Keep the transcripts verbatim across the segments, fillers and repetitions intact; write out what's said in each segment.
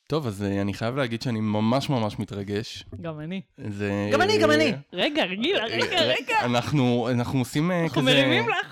טוב, אז אני חייב להגיד שאני ממש ממש מתרגש. גם אני. זה... גם אני, גם אני. רגע, רגע, רגע, רגע. אנחנו, אנחנו עושים כזה... אנחנו מרימים לך.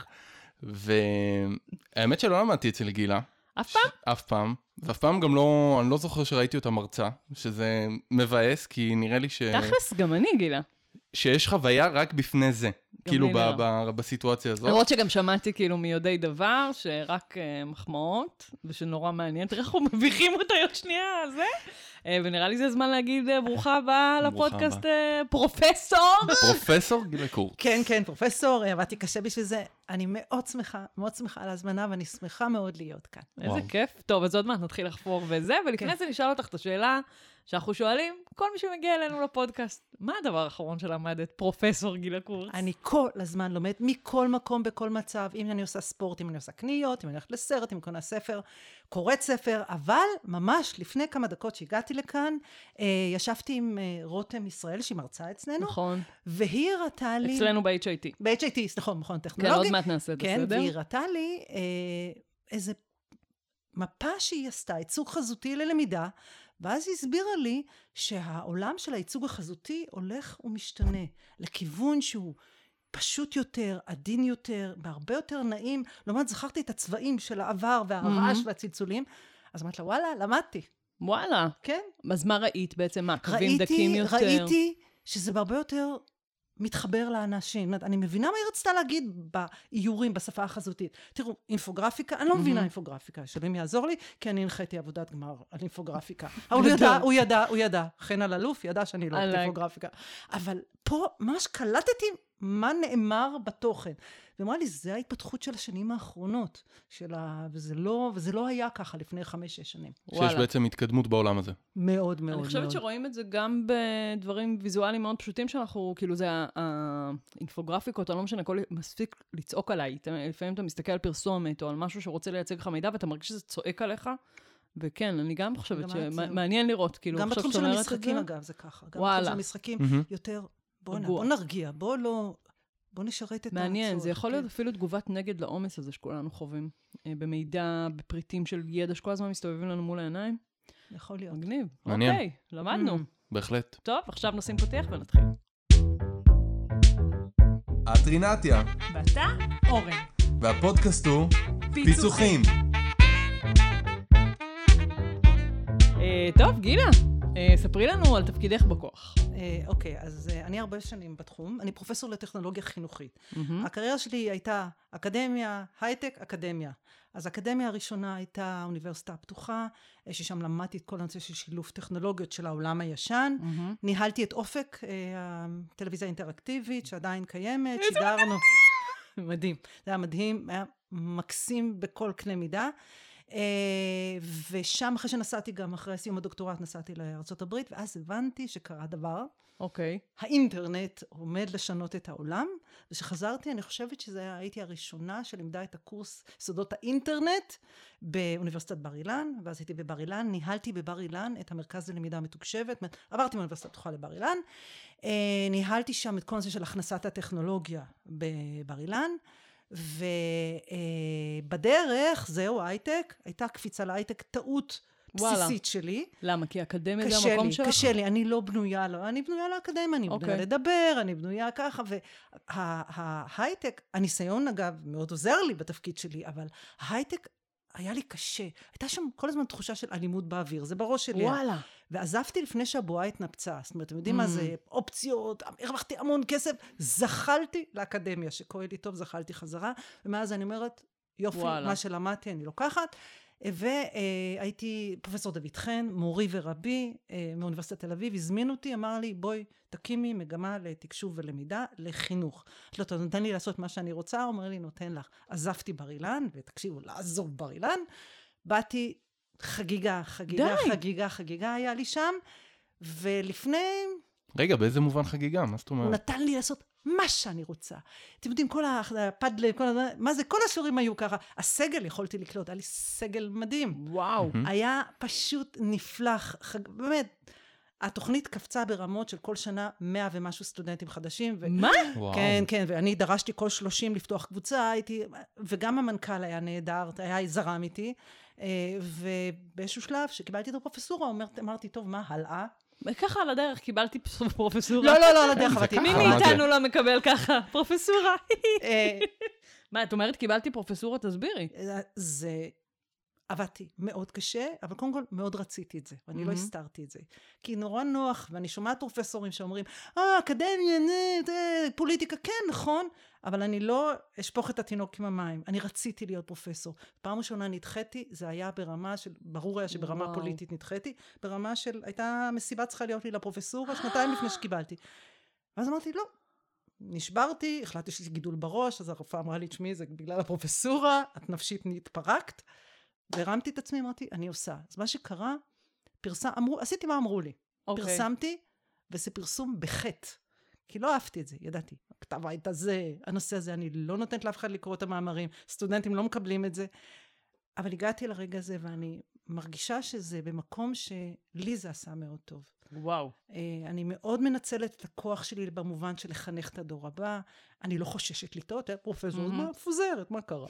והאמת שלא למדתי אצל גילה. אף פעם? אף פעם. ואף פעם גם לא, אני לא זוכר שראיתי אותה מרצה, שזה מבאס, כי נראה לי ש... תכלס, גם אני, גילה. שיש חוויה רק בפני זה. כאילו ב- ב- בסיטואציה הזאת. למרות שגם שמעתי כאילו מיודעי דבר, שרק uh, מחמאות, ושנורא מעניין, תראה איך אנחנו מביכים אותה עוד שנייה על זה, uh, ונראה לי זה זמן להגיד uh, ברוכה הבאה לפודקאסט uh, פרופסור. פרופסור גילה קורץ. כן, כן, פרופסור, עבדתי קשה בשביל זה. אני מאוד שמחה, מאוד שמחה על ההזמנה, ואני שמחה מאוד להיות כאן. איזה וואו. כיף. טוב, אז עוד מעט נתחיל לחפור וזה, ולפני כן. זה נשאל אותך את השאלה שאנחנו שואלים, כל מי שמגיע אלינו לפודקאסט, מה הדבר האחרון שלמדת, פרופסור גילה קורץ? אני כל הזמן לומד מכל מקום, בכל מצב, אם אני עושה ספורט, אם אני עושה קניות, אם אני הולכת לסרט, אם אני קונה ספר, קוראת ספר, אבל ממש לפני כמה דקות שהגעתי לכאן, אה, ישבתי עם אה, רותם ישראל, שהיא מרצה אצלנו, נכון. והיא הראתה לי... אצלנו ב-אייץ' איי טי. ב-אייץ' איי טי, נכון, מכון כן, טכנולוגי. עוד מעט נעשה את כן, הסדר. והיא הראתה לי אה, איזה מפה שהיא עשתה, ייצוג חזותי ללמידה, ואז היא הסבירה לי שהעולם של הייצוג החזותי הולך ומשתנה לכיוון שהוא פשוט יותר, עדין יותר, בהרבה יותר נעים. לעומת זכרתי את הצבעים של העבר והרעש Mm-hmm. והצלצולים. אז אמרת לה, וואלה, למדתי. וואלה. כן. אז מה ראית בעצם? מה, קווים ראיתי, דקים יותר? ראיתי שזה בהרבה יותר מתחבר לאנשים. אני מבינה מה היא רצתה להגיד באיורים, בשפה החזותית. תראו, אינפוגרפיקה, אני לא מבינה אינפוגרפיקה, שאלים יעזור לי, כי אני הנחיתי עבודת גמר על אינפוגרפיקה. אבל הוא ידע, הוא ידע, הוא ידע. חן על אלוף, ידע שאני לא אוהבת אינפוגרפיקה. אבל פה ממש קלטתי מה נאמר בתוכן. ואמרה לי, זה ההתפתחות של השנים האחרונות, שלה, וזה לא, וזה לא היה ככה לפני חמש, שש שנים. שיש בעצם התקדמות בעולם הזה. מאוד, מאוד, אני חושבת מאוד. שרואים את זה גם בדברים ויזואליים מאוד פשוטים שאנחנו, כאילו זה האינפוגרפיקות, אני לא משנה, הכל מספיק לצעוק עליי. לפעמים אתה מסתכל על פרסומת או על משהו שרוצה לייצג לך מידע, ואתה מרגיש שזה צועק עליך, וכן, אני גם חושבת שמעניין לראות, כאילו, גם בתחום של המשחקים, אגב, זה ככה. גם בתחום של המשחקים יותר, בוא נרגיע, בוא לא... בוא נשרת את מעניין, זה יכול להיות אפילו תגובת נגד לעומס הזה שכולנו חווים. במידע, בפריטים של ידע שכל הזמן מסתובבים לנו מול העיניים. יכול להיות. מגניב. מעניין. אוקיי, למדנו. בהחלט. טוב, עכשיו נשים פתיח ונתחיל. את רינתיה. ואתה, אורן. והפודקאסט הוא פיצוחים. טוב, גילה, ספרי לנו על תפקידך בכוח. אוקיי, אז אני הרבה שנים בתחום, אני פרופסור לטכנולוגיה חינוכית. הקריירה שלי הייתה אקדמיה, הייטק, אקדמיה. אז האקדמיה הראשונה הייתה האוניברסיטה הפתוחה, ששם למדתי את כל הנושא של שילוב טכנולוגיות של העולם הישן. ניהלתי את אופק, הטלוויזיה האינטראקטיבית, שעדיין קיימת, שידרנו. מדהים, זה היה מדהים, היה מקסים בכל קנה מידה. ושם אחרי שנסעתי גם אחרי סיום הדוקטורט נסעתי לארצות הברית, ואז הבנתי שקרה דבר. אוקיי. האינטרנט עומד לשנות את העולם, ושחזרתי אני חושבת שזה הייתי הראשונה שלימדה את הקורס סודות האינטרנט באוניברסיטת בר אילן, ואז הייתי בבר אילן, ניהלתי בבר אילן את המרכז ללמידה מתוקשבת, עברתי מאוניברסיטת הפתוחה לבר אילן, ניהלתי שם את כל זה של הכנסת הטכנולוגיה בבר אילן, ובדרך, זהו, הייטק, הייתה קפיצה להייטק, טעות בסיסית שלי. למה? כי האקדמיה זה המקום שלך? קשה לי, אני לא בנויה, לא, אני בנויה לאקדמיה, אני בנויה לדבר, אני בנויה ככה, וההייטק, הניסיון אגב מאוד עוזר לי בתפקיד שלי, אבל ההייטק היה לי קשה. הייתה שם כל הזמן תחושה של אלימות באוויר, זה בראש שלי. וואלה. ועזבתי לפני שהבועה התנפצה. זאת אומרת, אתם יודעים מה זה? אופציות, הרווחתי המון כסף, זחלתי לאקדמיה, שקורא לי טוב, זחלתי חזרה, ומאז אני אומרת, יופי, מה שלמדתי אני לוקחת, והייתי פרופסור דוד חן, מורי ורבי, מאוניברסיטת תל אביב, הזמין אותי, אמר לי, בואי, תקימי מגמה לתקשוב ולמידה, לחינוך. לא, אתה נותן לי לעשות מה שאני רוצה, הוא אומר לי, נותן לך. עזבתי בר אילן, ותקשיבו, לעזוב בר אילן, באתי חגיגה, חגיגה, די. חגיגה, חגיגה היה לי שם, ולפני... רגע, באיזה מובן חגיגה? מה זאת אומרת? הוא נתן לי לעשות מה שאני רוצה. אתם יודעים, כל הפדלה, כל... מה זה? כל השיעורים היו ככה. הסגל יכולתי לקלוט, היה לי סגל מדהים. וואו. היה פשוט נפלח, חג... באמת... התוכנית קפצה ברמות של כל שנה מאה ומשהו סטודנטים חדשים. ו... מה? כן, כן, ואני דרשתי כל שלושים לפתוח קבוצה, הייתי, וגם המנכ"ל היה נהדר, היה זרם איתי, ובאיזשהו שלב, שקיבלתי את הפרופסורה, אמרתי, טוב, מה הלאה? ככה על הדרך קיבלתי פרופסורה. לא, לא, לא על הדרך, אבל מי מאיתנו לא מקבל ככה? פרופסורה. מה, את אומרת, קיבלתי פרופסורה, תסבירי. זה... עבדתי מאוד קשה, אבל קודם כל מאוד רציתי את זה, ואני לא הסתרתי את זה. כי נורא נוח, ואני שומעת פרופסורים שאומרים, אה, אקדמיה, פוליטיקה, כן, נכון, אבל אני לא אשפוך את התינוק עם המים. אני רציתי להיות פרופסור. פעם ראשונה נדחיתי, זה היה ברמה של, ברור היה שברמה פוליטית נדחיתי, ברמה של, הייתה מסיבה צריכה להיות לי לפרופסורה, שנתיים לפני שקיבלתי. ואז אמרתי, לא. נשברתי, החלטתי שיש לי גידול בראש, אז הרופאה אמרה לי, תשמעי, זה בגלל הפרופסורה, את נפשית התפרקת. והרמתי את עצמי, אמרתי, אני עושה. אז מה שקרה, פרסם, אמרו, עשיתי מה אמרו לי. Okay. פרסמתי, וזה פרסום בחטא. כי לא אהבתי את זה, ידעתי. הכתב היית הזה, הנושא הזה, אני לא נותנת לאף אחד לקרוא את המאמרים, סטודנטים לא מקבלים את זה. אבל הגעתי לרגע הזה, ואני מרגישה שזה במקום שלי זה עשה מאוד טוב. וואו. אני מאוד מנצלת את הכוח שלי במובן של לחנך את הדור הבא. אני לא חוששת לטעות, פרופסור, מה פוזרת, מה קרה?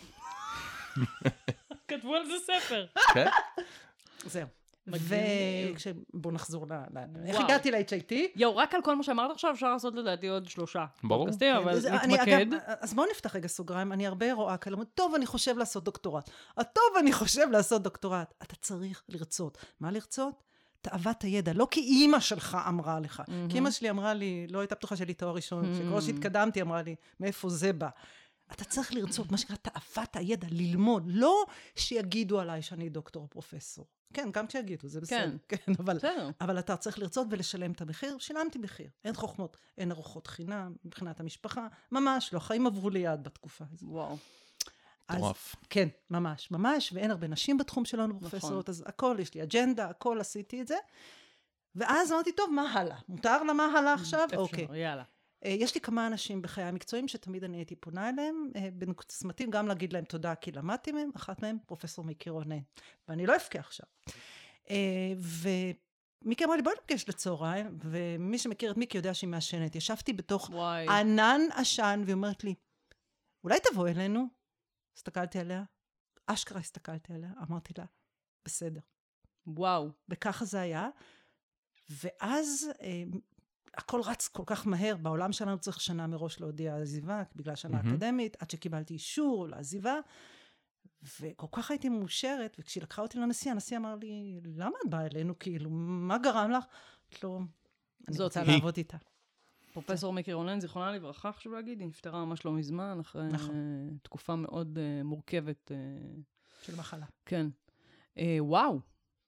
כתבו על זה ספר. כן? זהו. ובואו נחזור ל... איך הגעתי ל-אייץ' איי טי? יו, רק על כל מה שאמרת עכשיו אפשר לעשות לדעתי עוד שלושה. ברור. אבל נתמקד. אז בואו נפתח רגע סוגריים. אני הרבה רואה כאלה, טוב, אני חושב לעשות דוקטורט. טוב, אני חושב לעשות דוקטורט. אתה צריך לרצות. מה לרצות? תאוות הידע. לא כי אימא שלך אמרה לך. כי אימא שלי אמרה לי, לא הייתה פתוחה שלי תואר ראשון. שכמו שהתקדמתי אמרה לי, מאיפה זה בא? אתה צריך לרצות, מה שקרה, תאוות הידע, ללמוד, לא שיגידו עליי שאני דוקטור או פרופסור. כן, גם כשיגידו, זה בסדר. כן, כן אבל, אבל אתה צריך לרצות ולשלם את המחיר. שילמתי מחיר. אין חוכמות, אין ארוחות חינם, מבחינת המשפחה. ממש לא, החיים עברו ליד בתקופה הזאת. וואו. טורף. כן, ממש, ממש, ואין הרבה נשים בתחום שלנו פרופסורות, אז הכל, יש לי אג'נדה, הכל עשיתי את זה. ואז אמרתי, טוב, מה הלאה? מותר לה מה הלאה עכשיו? אוקיי. יאללה. יש לי כמה אנשים בחיי המקצועים שתמיד אני הייתי פונה אליהם, בנקודות גם להגיד להם תודה כי למדתי מהם, אחת מהם פרופסור מיקי רונן, ואני לא אפקע עכשיו. ומיקי אמרה לי בואי נפגש לצהריים, ומי שמכיר את מיקי יודע שהיא מעשנת, ישבתי בתוך וואי. ענן עשן, והיא אומרת לי, אולי תבוא אלינו? הסתכלתי עליה, אשכרה הסתכלתי עליה, אמרתי לה, בסדר. וואו. וככה זה היה, ואז... הכל רץ כל כך מהר, בעולם שלנו צריך שנה מראש להודיע עזיבה, בגלל שנה mm-hmm. אקדמית, עד שקיבלתי אישור לעזיבה, וכל כך הייתי מאושרת, וכשהיא לקחה אותי לנשיא, הנשיא אמר לי, למה את באה אלינו? כאילו, מה גרם לך? לא, אני רוצה היא. לעבוד איתה. פרופסור מיקי רונן, זיכרונה לברכה, חשוב להגיד, היא נפטרה ממש לא מזמן, אחרי נכון. uh, תקופה מאוד uh, מורכבת. Uh, של מחלה. כן. Uh, וואו.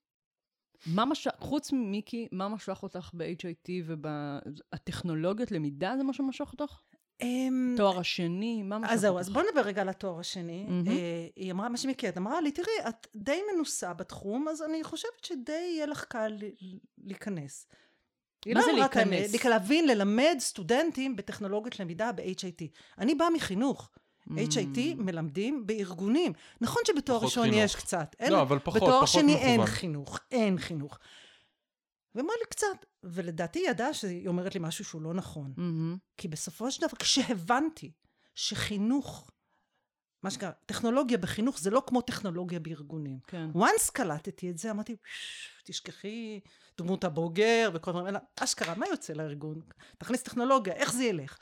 מה משך, חוץ ממיקי, מה משך אותך ב-אייץ' איי טי ובטכנולוגיות למידה, זה מה שמשך אותך? תואר השני, מה משך אותך? אז זהו, אז בוא נדבר רגע על התואר השני. היא אמרה, מה שמיקי, את אמרה לי, תראי, את די מנוסה בתחום, אז אני חושבת שדי יהיה לך קל להיכנס. מה זה להיכנס? להבין, ללמד סטודנטים בטכנולוגיות למידה ב-אייץ' איי טי. אני באה מחינוך. אייץ' איי טי מלמדים בארגונים. נכון שבתואר ראשון יש קצת. לא, אבל פחות, בתואר פחות שני מכוון. אין חינוך, אין חינוך. ואמרה לי קצת, ולדעתי ידעה שהיא אומרת לי משהו שהוא לא נכון. כי בסופו של דבר, כשהבנתי שחינוך, מה שקרה, טכנולוגיה בחינוך זה לא כמו טכנולוגיה בארגונים. כן. once קלטתי את זה, אמרתי, תשכחי דמות הבוגר וכל דברים, אלא, אשכרה, מה יוצא לארגון? תכניס טכנולוגיה, איך זה ילך?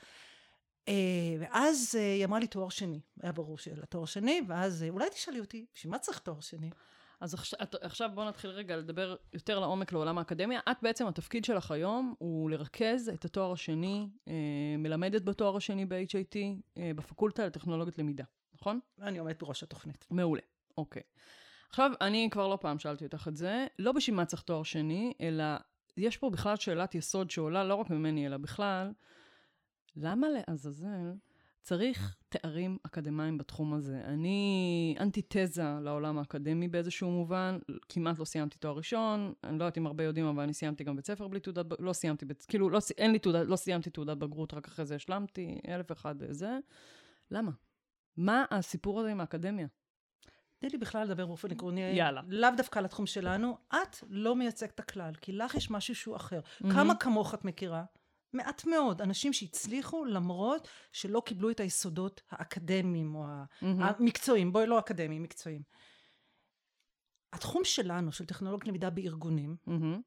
ואז היא אמרה לי תואר שני, היה ברור שאלה תואר שני, ואז אולי תשאלי אותי, בשביל מה צריך תואר שני? אז עכשיו, עכשיו בוא נתחיל רגע לדבר יותר לעומק לעולם האקדמיה. את בעצם, התפקיד שלך היום הוא לרכז את התואר השני, מלמדת בתואר השני ב-אייץ' איי טי, בפקולטה לטכנולוגיות למידה, נכון? אני עומדת בראש התוכנית. מעולה, אוקיי. עכשיו, אני כבר לא פעם שאלתי אותך את זה, לא בשביל מה צריך תואר שני, אלא יש פה בכלל שאלת יסוד שעולה לא רק ממני, אלא בכלל, למה לעזאזל צריך תארים אקדמיים בתחום הזה? אני אנטיתזה לעולם האקדמי באיזשהו מובן, כמעט לא סיימתי תואר ראשון, אני לא יודעת אם הרבה יודעים, אבל אני סיימתי גם בית ספר בלי תעודת, לא סיימתי, כאילו, לא, אין לי תעודת, לא סיימתי תעודת בגרות, רק אחרי זה השלמתי, אלף אחד זה. למה? מה הסיפור הזה עם האקדמיה? תן לי בכלל לדבר באופן עקרוני, יאללה. לאו דווקא לתחום שלנו, את לא מייצגת את הכלל, כי לך יש משהו שהוא אחר. כמה כמוך את מכירה? מעט מאוד, אנשים שהצליחו למרות שלא קיבלו את היסודות האקדמיים או המקצועיים, בואי לא אקדמיים, מקצועיים. התחום שלנו, של טכנולוגיה למידה בארגונים, Mm-hmm.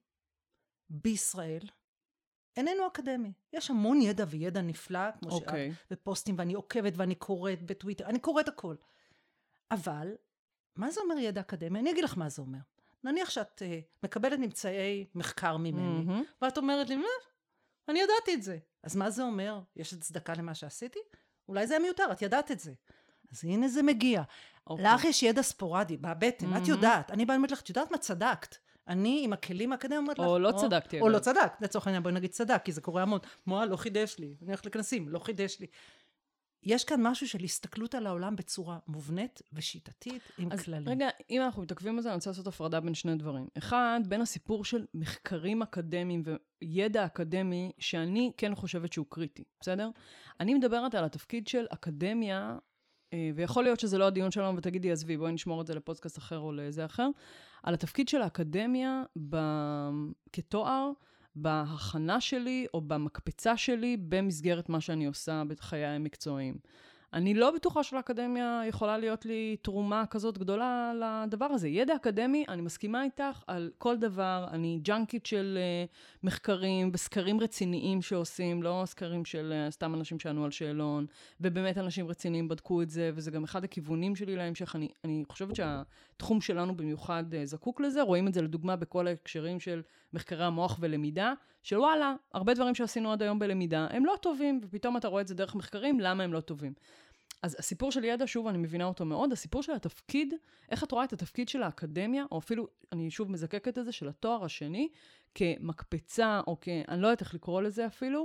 בישראל, איננו אקדמי. יש המון ידע וידע נפלא, כמו Okay. שאת, ופוסטים, ואני עוקבת ואני קוראת בטוויטר, אני קוראת הכל. אבל, מה זה אומר ידע אקדמי? אני אגיד לך מה זה אומר. נניח שאת uh, מקבלת ממצאי מחקר ממני, Mm-hmm. ואת אומרת לי, לא, אני ידעתי את זה. אז מה זה אומר? יש הצדקה למה שעשיתי? אולי זה היה מיותר, את ידעת את זה. אז הנה זה מגיע. Okay. לך יש ידע ספורדי, בבטן, mm-hmm. את יודעת. אני באה ואומרת לך, את יודעת מה צדקת? אני עם הכלים האקדמיים אומרת לך, או לא צדקתי. או לא צדק, לצורך העניין, בואי נגיד צדק, כי זה קורה המון. מה, לא חידש לי, אני הולך לכנסים, לא חידש לי. יש כאן משהו של הסתכלות על העולם בצורה מובנית ושיטתית עם אז כללים. רגע, אם אנחנו מתעכבים על זה, אני רוצה לעשות הפרדה בין שני דברים. אחד, בין הסיפור של מחקרים אקדמיים וידע אקדמי, שאני כן חושבת שהוא קריטי, בסדר? אני מדברת על התפקיד של אקדמיה, ויכול להיות שזה לא הדיון שלנו, ותגידי, עזבי, בואי נשמור את זה לפודקאסט אחר או לזה אחר, על התפקיד של האקדמיה ב... כתואר, בהכנה שלי או במקפצה שלי במסגרת מה שאני עושה בחיי המקצועיים. אני לא בטוחה שלאקדמיה יכולה להיות לי תרומה כזאת גדולה לדבר הזה. ידע אקדמי, אני מסכימה איתך על כל דבר, אני ג'אנקית של uh, מחקרים וסקרים רציניים שעושים, לא סקרים של uh, סתם אנשים שענו על שאלון, ובאמת אנשים רציניים בדקו את זה, וזה גם אחד הכיוונים שלי להמשך. אני, אני חושבת שהתחום שלנו במיוחד uh, זקוק לזה, רואים את זה לדוגמה בכל ההקשרים של מחקרי המוח ולמידה, של וואלה, הרבה דברים שעשינו עד היום בלמידה, הם לא טובים, ופתאום אתה רואה את זה דרך מחקרים, למה הם לא טובים? אז הסיפור של ידע, שוב, אני מבינה אותו מאוד, הסיפור של התפקיד, איך את רואה את התפקיד של האקדמיה, או אפילו, אני שוב מזקקת את זה, של התואר השני, כמקפצה, או כ... אני לא יודעת איך לקרוא לזה אפילו,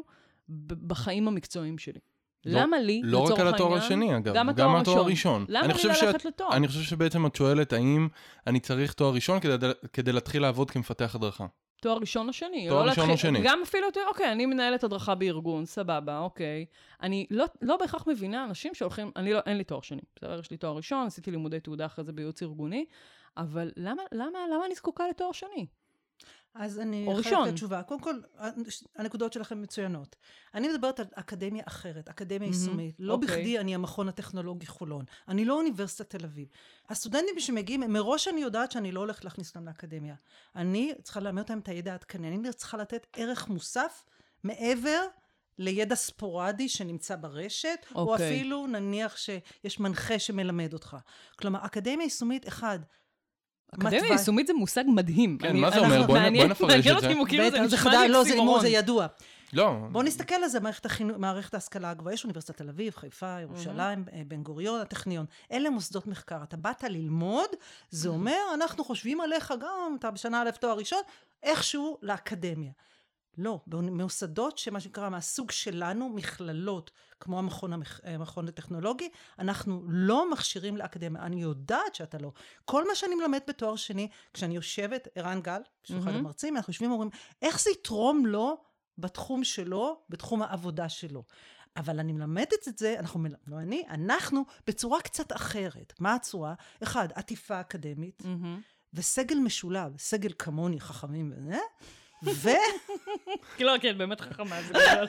בחיים המקצועיים שלי. לא, למה לי, לא לצורך רק על העניין, התואר השני, אגב, גם גם התואר התואר הראשון. למה לי שאת, ללכת לתואר? אני חושב שבעצם את שואלת, האם אני צריך תואר ראשון כדי, כדי להתחיל לעבוד כמפתח הדרכה? תואר ראשון או שני. תואר לא ראשון או שני. גם אפילו, אוקיי, אני מנהלת הדרכה בארגון, סבבה, אוקיי. אני לא, לא בהכרח מבינה אנשים שהולכים, אני לא, אין לי תואר שני. בסדר, יש לי תואר ראשון, עשיתי לימודי תעודה אחרי זה בייעוץ ארגוני, אבל למה, למה, למה אני זקוקה לתואר שני? אז אני או חייבת ראשון. לתשובה. קודם כל, הנקודות שלכם מצוינות. אני מדברת על אקדמיה אחרת, אקדמיה יישומית. לא אוקיי. בכדי אני המכון הטכנולוגי חולון. אני לא אוניברסיטת תל אביב. הסטודנטים שמגיעים, מראש אני יודעת שאני לא הולכת להכניס אותם לאקדמיה. אני צריכה להעמיד אותם את הידע העדכני. אני צריכה לתת ערך מוסף מעבר לידע ספורדי שנמצא ברשת, או אוקיי. אפילו נניח שיש מנחה שמלמד אותך. כלומר, אקדמיה יישומית אחד, אקדמיה יישומית זה מושג מדהים. כן, מה זה אומר? בוא נפרש את זה. זה נשמע לי אקסימורון. זה ידוע. לא. בוא נסתכל על זה, מערכת ההשכלה הגבוהה, יש אוניברסיטת תל אביב, חיפה, ירושלים, בן גוריון, הטכניון. אלה מוסדות מחקר. אתה באת ללמוד, זה אומר, אנחנו חושבים עליך גם, אתה בשנה א' תואר ראשון, איכשהו לאקדמיה. לא, במוסדות שמה שנקרא מהסוג שלנו, מכללות, כמו המכון, המכ... המכון הטכנולוגי, אנחנו לא מכשירים לאקדמיה. אני יודעת שאתה לא. כל מה שאני מלמד בתואר שני, כשאני יושבת, ערן גל, כשהוא אחד המרצים, אנחנו יושבים ואומרים, איך זה יתרום לו בתחום שלו, בתחום העבודה שלו. אבל אני מלמדת את זה, אנחנו, מל... לא אני, אנחנו בצורה קצת אחרת. מה הצורה? אחד, עטיפה אקדמית, וסגל משולב, סגל כמוני, חכמים וזה, ו... כאילו, כן, באמת חכמה, זה גדול.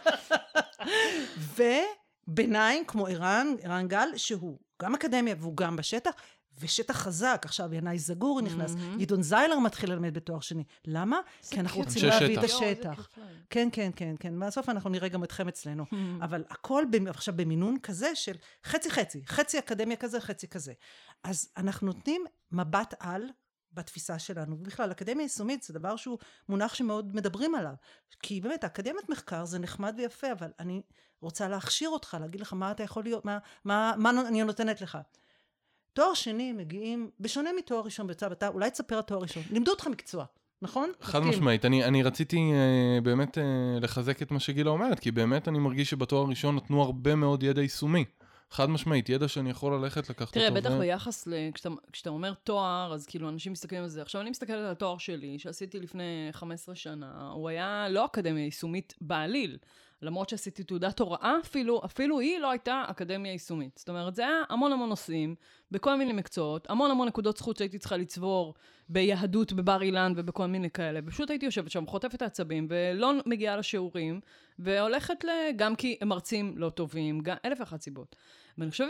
וביניים, כמו ערן, ערן גל, שהוא גם אקדמיה והוא גם בשטח, ושטח חזק. עכשיו ינאי זגור נכנס, גדעון זיילר מתחיל ללמד בתואר שני. למה? כי אנחנו רוצים להביא את השטח. כן, כן, כן, כן. בסוף אנחנו נראה גם אתכם אצלנו. אבל הכל עכשיו במינון כזה של חצי חצי, חצי אקדמיה כזה, חצי כזה. אז אנחנו נותנים מבט על, בתפיסה שלנו, ובכלל, אקדמיה יישומית זה דבר שהוא מונח שמאוד מדברים עליו, כי באמת, אקדמיית מחקר זה נחמד ויפה, אבל אני רוצה להכשיר אותך, להגיד לך מה אתה יכול להיות, מה, מה, מה אני נותנת לך. תואר שני מגיעים, בשונה מתואר ראשון בצו, אתה אולי תספר התואר ראשון, לימדו אותך מקצוע, נכון? חד משמעית, אני, אני רציתי אה, באמת אה, לחזק את מה שגילה אומרת, כי באמת אני מרגיש שבתואר הראשון נתנו הרבה מאוד ידע יישומי. חד משמעית, ידע שאני יכול ללכת לקחת אותו. תראה, בטח ביחס, כשאתה אומר תואר, אז כאילו אנשים מסתכלים על זה. עכשיו אני מסתכלת על התואר שלי, שעשיתי לפני חמש עשרה שנה, הוא היה לא אקדמיה יישומית בעליל, למרות שעשיתי תעודת הוראה, אפילו, אפילו היא לא הייתה אקדמיה יישומית. זאת אומרת, זה היה המון המון נושאים, בכל מיני מקצועות, המון המון נקודות זכות שהייתי צריכה לצבור ביהדות, בבר אילן ובכל מיני כאלה. פשוט הייתי יושבת שם, חוטפת העצבים, ולא מגיעה לשיעורים, והולכת גם כי הם מרצים לא טובים, גם אלף ואחת סיבות. ואני חושבת,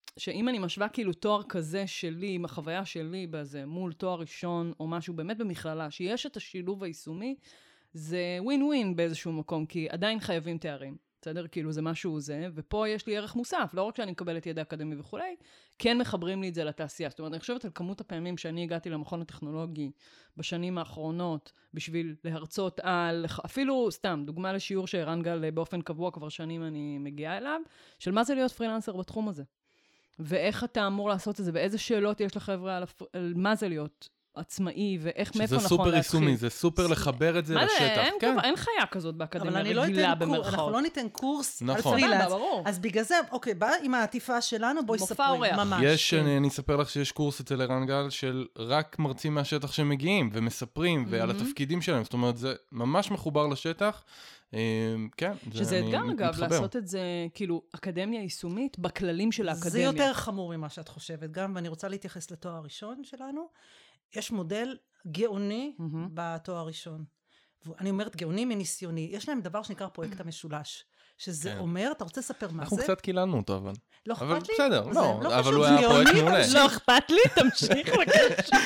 שאם אני משווה כאילו תואר כזה שלי, עם החוויה שלי בזה, מול תואר ראשון או משהו באמת במכללה, שיש את השילוב היישומי, זה ווין ווין באיזשהו מקום, כי עדיין חייבים תארים, בסדר? כאילו זה משהו זה, ופה יש לי ערך מוסף, לא רק שאני מקבלת ידע אקדמי וכולי, כן מחברים לי את זה לתעשייה. זאת אומרת, אני חושבת על כמות הפעמים שאני הגעתי למכון הטכנולוגי בשנים האחרונות, בשביל להרצות על, אפילו סתם, דוגמה לשיעור שערן גל באופן קבוע כבר שנים אני מגיעה אליו, של מה זה להיות פרילנסר בתחום הזה. ואיך אתה אמור לעשות את זה, ואיזה שאלות יש לחבר'ה על, על מה זה להיות עצמאי, ואיך מאיפה נכון להתחיל. שזה סופר יישומי, זה סופר לחבר את זה לשטח. מה זה, אין, כן. אין חיה כזאת באקדמיה רגילה במרכאות. אנחנו לא ניתן קורס נכון. על פרילנס. אז בגלל זה, אוקיי, בא עם העטיפה שלנו, בואי ספרי, ממש. יש, כן. אני, אני אספר לך שיש קורס אצל ערן גל של רק מרצים מהשטח שמגיעים, ומספרים, ועל התפקידים שלהם. זאת אומרת, זה ממש מחובר לשטח. כן, שזה אתגר אגב, לעשות את זה כאילו אקדמיה יישומית בכללים של האקדמיה. זה יותר חמור ממה שאת חושבת גם, ואני רוצה להתייחס לתואר הראשון שלנו. יש מודל גאוני בתואר הראשון. אני אומרת גאוני מניסיוני. יש להם דבר שנקרא פרויקט המשולש. שזה אומר, אתה רוצה לספר מה זה? אנחנו קצת קיללנו אותו, אבל... לא אכפת לי? אבל בסדר, לא, אבל הוא היה פרויקט מעולה. לא אכפת לי, תמשיך לקשר.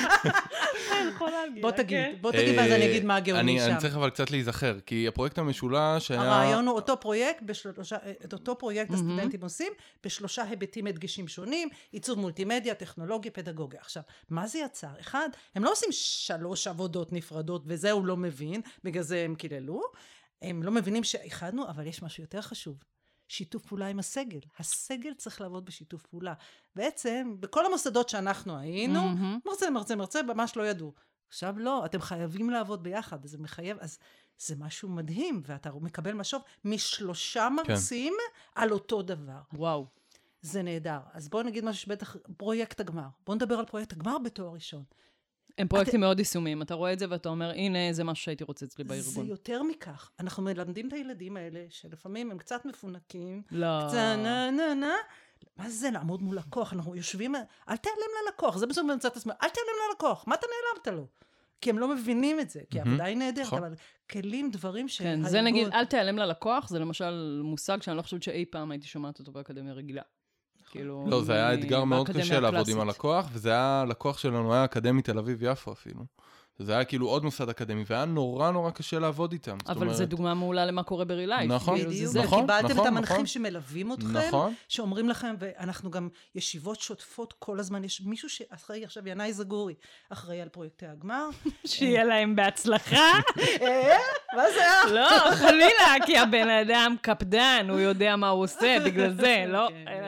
בוא תגיד, בוא תגיד ואז אני אגיד מה הגאוני שם. אני צריך אבל קצת להיזכר, כי הפרויקט המשולש היה... הרעיון הוא אותו פרויקט, את אותו פרויקט הסטודנטים עושים, בשלושה היבטים הדגשים שונים, עיצוב מולטימדיה, טכנולוגיה, פדגוגיה. עכשיו, מה זה יצר? אחד, הם לא עושים שלוש עבודות נפרדות, וזה הוא לא מבין, בגלל זה הם קיללו. הם לא מבינים שאיחדנו, אבל יש משהו יותר חשוב. שיתוף פעולה עם הסגל. הסגל צריך לעבוד בשיתוף פעולה. בעצם, בכל המוסדות שאנחנו היינו, mm-hmm. מרצה, מרצה, מרצה, ממש לא ידעו. עכשיו לא, אתם חייבים לעבוד ביחד, זה מחייב, אז זה משהו מדהים, ואתה מקבל משוב משלושה מרצים כן. על אותו דבר. וואו. זה נהדר. אז בואו נגיד משהו שבטח, פרויקט הגמר. בואו נדבר על פרויקט הגמר בתואר ראשון. הם פרויקטים מאוד יישומיים. אתה רואה את זה ואתה אומר, הנה, זה משהו שהייתי רוצה אצלי בארגון. זה יותר מכך. אנחנו מלמדים את הילדים האלה, שלפעמים הם קצת מפונקים. לא. קצת נה נה נה. מה זה לעמוד מול לקוח? אנחנו יושבים, אל תעלם ללקוח. זה בסוף במצאת עצמם. אל תעלם ללקוח. מה אתה נעלמת לו? כי הם לא מבינים את זה. כי העבודה היא נהדרת, אבל כלים, דברים שהארגון... כן, זה נגיד, אל תעלם ללקוח, זה למשל מושג שאני לא חושבת שאי פעם הייתי שומעת אותו באקדמיה רגילה. כאילו, לא, זה היה אתגר מאוד קשה לעבוד עם הלקוח, וזה היה, הלקוח שלנו היה אקדמי תל אביב יפו אפילו. זה היה כאילו עוד מוסד אקדמי, והיה נורא נורא קשה לעבוד איתם. אבל זו דוגמה מעולה למה קורה ברילייף. נכון, נכון. קיבלתם את המנחים שמלווים אתכם, שאומרים לכם, ואנחנו גם ישיבות שוטפות כל הזמן, יש מישהו שאחראי, עכשיו ינאי זגורי, אחראי על פרויקטי הגמר. שיהיה להם בהצלחה. מה זה היה? לא, חלילה, כי הבן אדם קפדן, הוא יודע מה הוא עושה, בגלל זה, לא?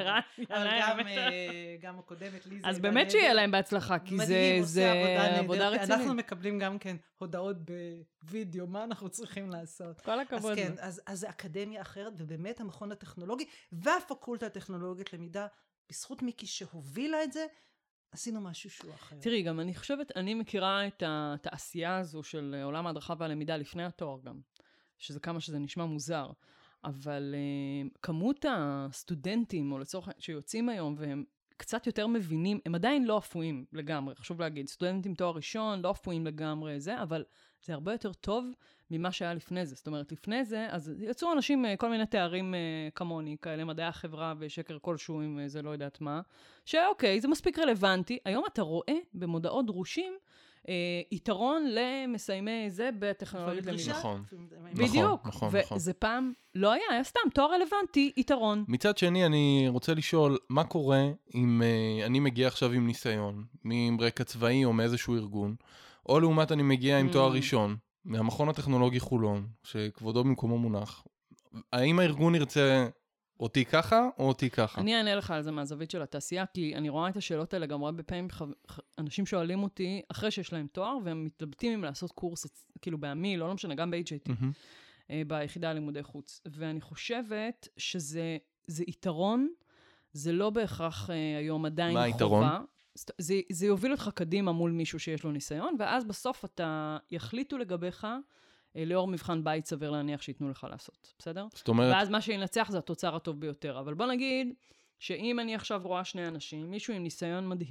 גם הקודמת לי זה... אז באמת שיהיה להם בהצלחה, כי זה עבודה רצינית. אנחנו מקבלים גם כן הודעות בווידאו, מה אנחנו צריכים לעשות. כל הכבוד. אז כן, אז, אז זה אקדמיה אחרת, ובאמת המכון הטכנולוגי והפקולטה הטכנולוגית למידה, בזכות מיקי שהובילה את זה, עשינו משהו שהוא אחר. תראי, גם אני חושבת, אני מכירה את התעשייה הזו של עולם ההדרכה והלמידה לפני התואר גם, שזה כמה שזה נשמע מוזר, אבל uh, כמות הסטודנטים, או לצורך שיוצאים היום, והם קצת יותר מבינים, הם עדיין לא אפויים לגמרי, חשוב להגיד, סטודנטים תואר ראשון, לא אפויים לגמרי זה, אבל זה הרבה יותר טוב ממה שהיה לפני זה. זאת אומרת, לפני זה, אז יצאו אנשים, כל מיני תארים כמוני, כאלה מדעי החברה ושקר כלשהו, אם זה לא יודעת מה, שאוקיי, זה מספיק רלוונטי. היום אתה רואה במודעות דרושים, אה, יתרון למסיימי זה בטכנולוגית למידה. נכון, בדיוק. נכון, נכון. וזה פעם לא היה, היה סתם תואר רלוונטי, יתרון. מצד שני, אני רוצה לשאול, מה קורה אם אה, אני מגיע עכשיו עם ניסיון, מרקע צבאי או מאיזשהו ארגון, או לעומת אני מגיע עם תואר ראשון, מהמכון הטכנולוגי חולון, שכבודו במקומו מונח. האם הארגון ירצה אותי ככה או אותי ככה? אני אענה לך על זה מהזווית של התעשייה, כי אני רואה את השאלות האלה, גם רואה בפעמים אנשים שואלים אותי, אחרי שיש להם תואר, והם מתלבטים אם לעשות קורס, כאילו בעמיל, לא משנה, גם ב-אייץ' איי טי, ביחידה ללימודי חוץ. ואני חושבת שזה זה יתרון, זה לא בהכרח היום עדיין חובה. מה היתרון? זה, זה יוביל אותך קדימה מול מישהו שיש לו ניסיון, ואז בסוף אתה יחליטו לגביך, לאור מבחן בית סביר להניח שיתנו לך לעשות, בסדר? זאת אומרת... ואז מה שינצח זה התוצר הטוב ביותר. אבל בוא נגיד, שאם אני עכשיו רואה שני אנשים, מישהו עם ניסיון מדהים,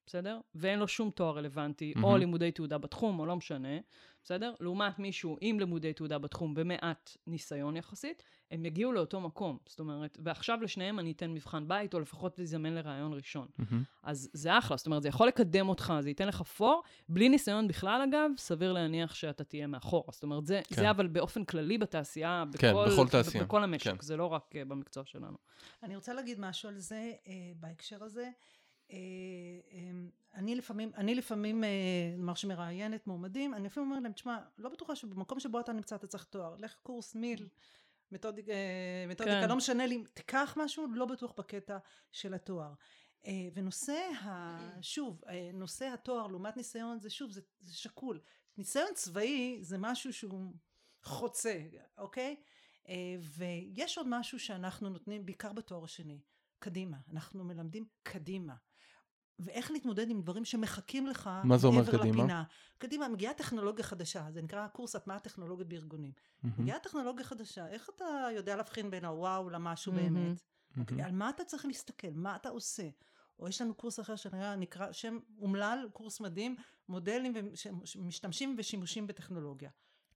בסדר? ואין לו שום תואר רלוונטי, Mm-hmm. או לימודי תעודה בתחום, או לא משנה, בסדר? לעומת מישהו עם לימודי תעודה בתחום, במעט ניסיון יחסית, הם יגיעו לאותו מקום, זאת אומרת, ועכשיו לשניהם אני אתן מבחן בית, או לפחות להזמן לרעיון ראשון. Mm-hmm. אז זה אחלה, זאת אומרת, זה יכול לקדם אותך, זה ייתן לך פור, בלי ניסיון בכלל אגב, סביר להניח שאתה תהיה מאחור. זאת אומרת, זה, כן. זה אבל באופן כללי בתעשייה, בכל, כן, בכל תעשייה. בכל המשק, כן. זה לא רק uh, במקצוע שלנו. אני רוצה להגיד משהו על זה, uh, בהקשר הזה. Uh, um, אני לפעמים, אני לפעמים, נאמר uh, שמראיינת מועמדים, אני לפעמים אומר להם, תשמע, לא בטוחה שבמקום שבו אתה נמצא, אתה צריך תואר, לך קורס מיל, מתודיק, uh, מתודיקה, כן. לא משנה לי, תיקח משהו, לא בטוח בקטע של התואר. Uh, ונושא, ה, שוב, uh, נושא התואר לעומת ניסיון, זה שוב, זה, זה שקול. ניסיון צבאי זה משהו שהוא חוצה, אוקיי? Uh, ויש עוד משהו שאנחנו נותנים, בעיקר בתואר השני, קדימה. אנחנו מלמדים קדימה. ואיך להתמודד עם דברים שמחכים לך מעבר לפינה. קדימה, מגיעה טכנולוגיה חדשה, זה נקרא קורס הטמעת טכנולוגיות בארגונים. Mm-hmm. מגיעה טכנולוגיה חדשה, איך אתה יודע להבחין בין הוואו למשהו mm-hmm. באמת? Mm-hmm. Okay, על מה אתה צריך להסתכל? מה אתה עושה? או יש לנו קורס אחר שנקרא, שם אומלל, קורס מדהים, מודלים ומשתמשים ושימושים בטכנולוגיה.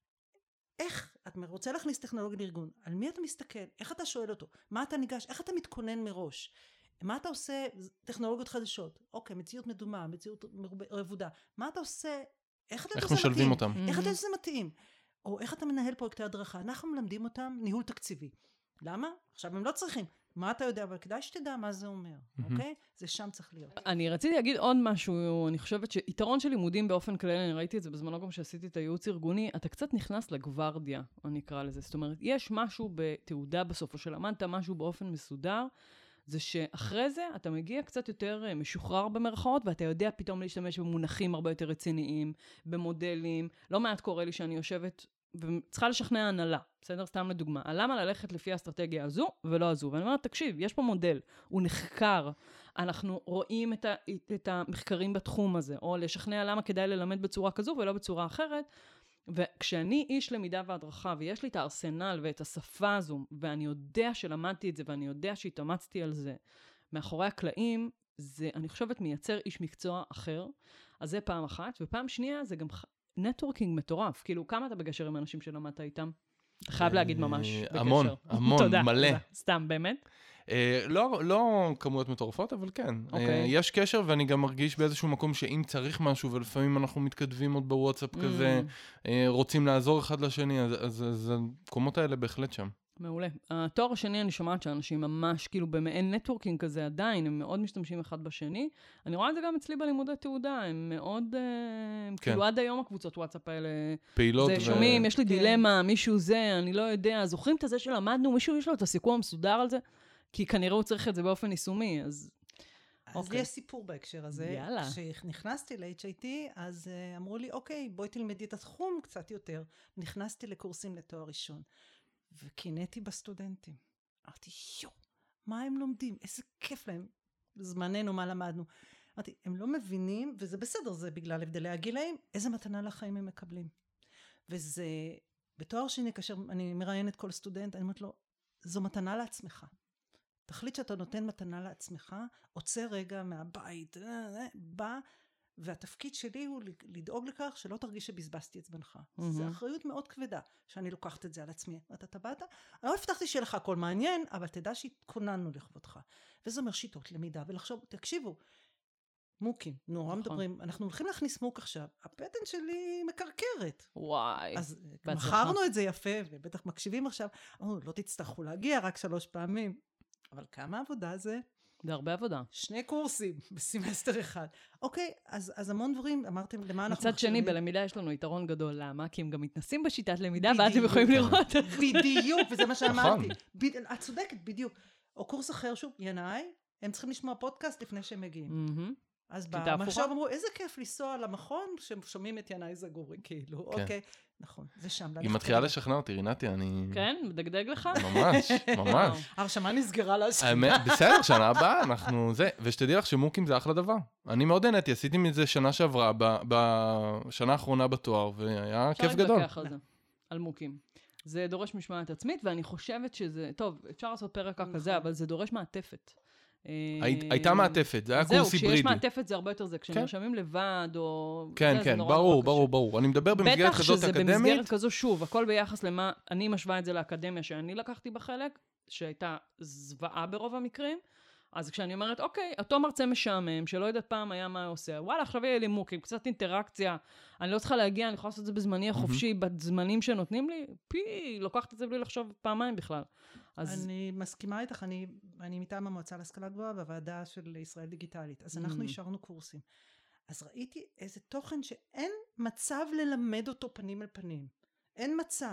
איך, את רוצה להכניס טכנולוגיה לארגון, על מי אתה מסתכל, איך אתה שואל אותו, מה אתה ניגש, איך אתה מתכונן מראש, מה אתה עושה, טכנולוגיות חדשות, אוקיי, מציאות מדומה, מציאות רבודה, מה אתה עושה, איך אתה איך משלבים אותם, איך אתה עושה מתאים, או איך אתה מנהל פרויקטי הדרכה, אנחנו מלמדים אותם ניהול תקציבי, למה? עכשיו הם לא צריכים, מה אתה יודע, אבל כדאי שתדע מה זה אומר, אוקיי? זה שם צריך להיות. אני רציתי להגיד עוד משהו, אני חושבת שיתרון של לימודים באופן כללי, אני ראיתי את זה בזמנו גם שעשיתי את הייעוץ ארגוני, אתה קצת נכנס לגוורדיה, אני אקרא לזה. זאת אומרת, יש משהו בתעודה בסופו של למדת, משהו באופן מסודר, זה שאחרי זה אתה מגיע קצת יותר משוחרר במרכאות, ואתה יודע פתאום להשתמש במונחים הרבה יותר רציניים, במודלים. לא מעט קורה לי שאני יושבת וצריכה לשכנע הנהלה, בסדר? סתם לדוגמה. למה ללכת לפי האסטרטגיה הזו ולא הזו? ואני אומרת, תקשיב, יש פה מודל, הוא נחקר, אנחנו רואים את, ה, את המחקרים בתחום הזה, או לשכנע למה כדאי ללמד בצורה כזו ולא בצורה אחרת, וכשאני איש למידה והדרכה, ויש לי את הארסנל ואת השפה הזו, ואני יודע שלמדתי את זה, ואני יודע שהתאמצתי על זה, מאחורי הקלעים, זה, אני חושבת, מייצר איש מקצוע אחר, אז זה פעם אחת, ופעם שנייה זה גם נטוורקינג מטורף, כאילו כמה אתה בגשר עם אנשים שלמדת איתם? אתה חייב להגיד ממש בגשר. המון, המון, מלא. סתם, באמת? לא, לא כמויות מטורפות, אבל כן. יש קשר, ואני גם מרגיש באיזשהו מקום שאם צריך משהו, ולפעמים אנחנו מתכתבים עוד בוואטסאפ כזה, רוצים לעזור אחד לשני, אז המקומות האלה בהחלט שם. מעולה. התואר השני, אני שומעת שאנשים ממש, כאילו, במעין נטוורקינג כזה עדיין, הם מאוד משתמשים אחד בשני. אני רואה את זה גם אצלי בלימודי תעודה, הם מאוד, הם כן. כאילו עד היום הקבוצות וואטסאפ האלה, פעילות. זה שומעים, ו... יש לי כן. דילמה, מישהו זה, אני לא יודע, זוכרים את זה שלמדנו, מישהו יש לו את הסיכום המסודר על זה, כי כנראה הוא צריך את זה באופן יישומי, אז... אז אוקיי. יש סיפור בהקשר הזה. יאללה. כשנכנסתי ל-אייץ' איי טי, אז uh, אמרו לי, אוקיי, בואי תלמדי את התחום קצת יותר. נכנסתי לקורסים לתואר ראשון. וקינאתי בסטודנטים. אמרתי, יו, מה הם לומדים? איזה כיף להם. בזמננו, מה למדנו? אמרתי, הם לא מבינים, וזה בסדר, זה בגלל הבדלי הגילאים, איזה מתנה לחיים הם מקבלים. וזה, בתואר שני, כאשר אני מראיינת כל סטודנט, אני אומרת לו, זו מתנה לעצמך. תחליט שאתה נותן מתנה לעצמך, עוצר רגע מהבית, בא, והתפקיד שלי הוא לדאוג לכך שלא תרגיש שבזבזתי את זמנך. Mm-hmm. זו אחריות מאוד כבדה, שאני לוקחת את זה על עצמי. אתה טבעת? אני לא הבטחתי שיהיה לך הכל מעניין, אבל תדע שהתכוננו לכבודך. וזה אומר שיטות למידה, ולחשוב, תקשיבו, מוקים, נורא נכון. מדברים, אנחנו הולכים להכניס מוק עכשיו, הפטן שלי מקרקרת. וואי. אז מכרנו את זה יפה, ובטח מקשיבים עכשיו, אמרו, לא תצטרכו להגיע רק שלוש פעמים. אבל כמה עבודה זה? זה הרבה עבודה. שני קורסים בסמסטר אחד. אוקיי, אז, אז המון דברים, אמרתם, למה אנחנו... מצד שני, בלמידה יש לנו יתרון גדול. למה? כי הם גם מתנסים בשיטת למידה, ואז הם יכולים לראות. בדיוק, וזה מה שאמרתי. את צודקת, בדיוק. או קורס אחר, שוב, ינאי, הם צריכים לשמוע פודקאסט לפני שהם מגיעים. אז במחשב אמרו, איזה כיף לנסוע למכון, ששומעים את ינאי זגורי, כאילו, אוקיי. נכון, זה שם. היא מתחילה לשכנע אותי, רינתי, אני... כן? מדגדג לך? ממש, ממש. הרשמה נסגרה להשכנה. בסדר, שנה הבאה, אנחנו זה, ושתדעי לך שמוקים זה אחלה דבר. אני מאוד נהניתי, עשיתי מזה שנה שעברה, בשנה האחרונה בתואר, והיה כיף גדול. אפשר להתווכח על זה, על מוקים. זה דורש משמעת עצמית, ואני חושבת שזה, טוב, אפשר לעשות פרק כזה, אבל זה דורש מעטפת. הייתה מעטפת, זה היה קורס היברידי. זהו, כשיש מעטפת זה הרבה יותר זה, כשנרשמים לבד, או... כן, כן, ברור, ברור, ברור. אני מדבר במסגרת כזאת אקדמית. בטח שזה במסגרת כזו, שוב, הכל ביחס למה, אני משווה את זה לאקדמיה שאני לקחתי בחלק, שהייתה זוועה ברוב המקרים, אז כשאני אומרת, אוקיי, אותו מרצה משעמם, שלא יודעת פעם היה מה עושה, וואלה, עכשיו יהיה לי מוקים, קצת אינטראקציה, אני לא צריכה להגיע, אני יכולה לעשות את זה בזמני החופשי, בזמנים שנותנים לי, פי, לוקחת את זה בלי לחשוב פעמיים בכלל. אז... אני מסכימה איתך, אני, אני מטעם המועצה להשכלה גבוהה, בוועדה של ישראל דיגיטלית, אז אנחנו אישרנו קורסים. אז ראיתי איזה תוכן שאין מצב ללמד אותו פנים אל פנים. אין מצב.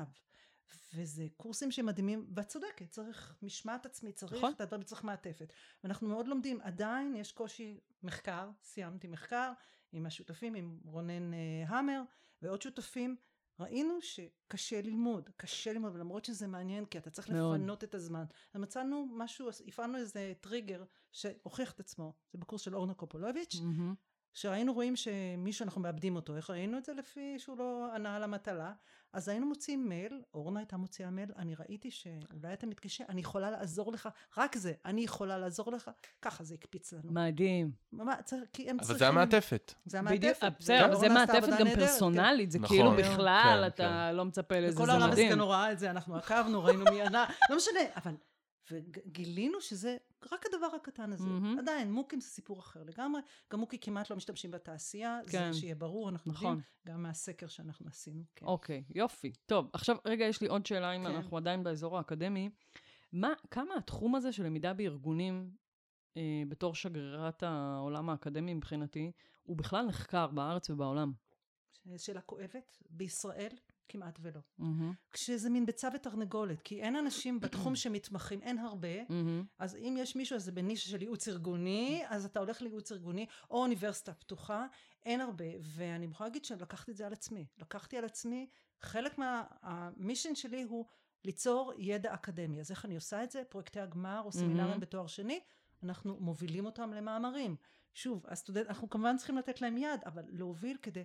וזה קורסים שמדהימים, ואת צודקת, צריך משמעת עצמי, צריך את הדברים, צריך מעטפת. ואנחנו מאוד לומדים, עדיין יש קושי מחקר, סיימתי מחקר עם השותפים, עם רונן המר ועוד שותפים, ראינו שקשה ללמוד, קשה ללמוד, ולמרות שזה מעניין, כי אתה צריך מאוד. לפנות את הזמן. ומצאנו משהו, הפעלנו איזה טריגר שהוכיח את עצמו, זה בקורס של אורנה קופולוביץ', mm-hmm. שראינו רואים שמישהו אנחנו מאבדים אותו, איך ראינו את זה לפי שהוא לא ענה על המטלה, אז היינו מוציאים מייל, אורנה הייתה מוציאה מייל, אני ראיתי שאולי אתה מתקשה, אני יכולה לעזור לך, רק זה, אני יכולה לעזור לך, ככה זה הקפיץ לנו. מדהים. מה, צריך, כי הם אבל צריכים... זה המעטפת. זה המעטפת. בסדר, זה מעטפת גם פרסונלית, זה כאילו בכלל אתה לא מצפה לזה, זה מדהים. וכל העולם הסגנו ראה את זה, אנחנו עקבנו, ראינו מי ענה, לא משנה, אבל... וגילינו שזה רק הדבר הקטן הזה. Mm-hmm. עדיין, מוקים זה סיפור אחר לגמרי. גם מוקי כמעט לא משתמשים בתעשייה. כן. זה שיהיה ברור, אנחנו נכון. יודעים, גם מהסקר שאנחנו עשינו. כן. אוקיי, יופי. טוב, עכשיו רגע יש לי עוד שאלה, אם כן. אנחנו עדיין באזור האקדמי. מה, כמה התחום הזה של למידה בארגונים, אה, בתור שגרירת העולם האקדמי מבחינתי, הוא בכלל נחקר בארץ ובעולם? שאלה כואבת. בישראל... כמעט ולא. Mm-hmm. כשזה מין ביצה ותרנגולת, כי אין אנשים בתחום שמתמחים, אין הרבה, mm-hmm. אז אם יש מישהו, אז זה בנישה של ייעוץ ארגוני, אז אתה הולך לייעוץ ארגוני, או אוניברסיטה פתוחה, אין הרבה, ואני יכולה להגיד שלקחתי את זה על עצמי. לקחתי על עצמי, חלק מהמישן שלי הוא ליצור ידע אקדמי. אז איך אני עושה את זה? פרויקטי הגמר או סמינרים mm-hmm. בתואר שני, אנחנו מובילים אותם למאמרים. שוב, הסטודנט, אנחנו כמובן צריכים לתת להם יד, אבל להוביל כדי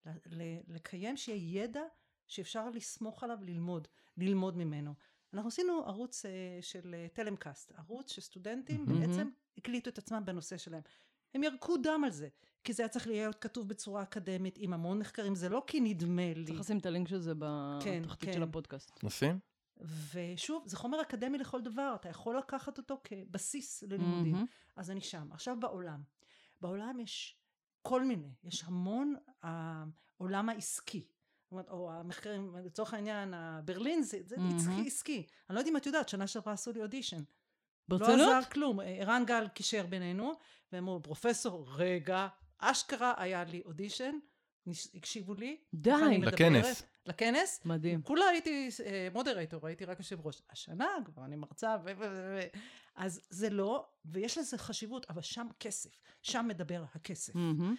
לקיים שיהיה ידע שאפשר לסמוך עליו ללמוד, ללמוד ממנו. אנחנו עשינו ערוץ uh, של uh, טלמקאסט, ערוץ שסטודנטים mm-hmm. בעצם הקליטו את עצמם בנושא שלהם. הם ירקו דם על זה, כי זה היה צריך להיות כתוב בצורה אקדמית, עם המון מחקרים, זה לא כי נדמה לי. צריך לשים את הלינק של זה בתחתית כן, כן. של הפודקאסט. נשים? ושוב, זה חומר אקדמי לכל דבר, אתה יכול לקחת אותו כבסיס ללימודים. Mm-hmm. אז אני שם. עכשיו בעולם. בעולם יש כל מיני, יש המון העולם העסקי. או המחקרים, לצורך העניין, ברלין זה, זה mm-hmm. עסקי. אני לא יודעת אם את יודעת, שנה שעברה עשו לי אודישן. ברצינות? לא עזר כלום. ערן גל קישר בינינו, והם אמרו, פרופסור, רגע, אשכרה היה לי אודישן, הקשיבו לי. די. לכנס. לכנס. מדהים. כולה הייתי מודרייטור, הייתי רק יושב ראש. השנה כבר אני מרצה, ו... ו... ו... אז זה לא, ויש לזה חשיבות, אבל שם כסף. שם מדבר הכסף. Mm-hmm.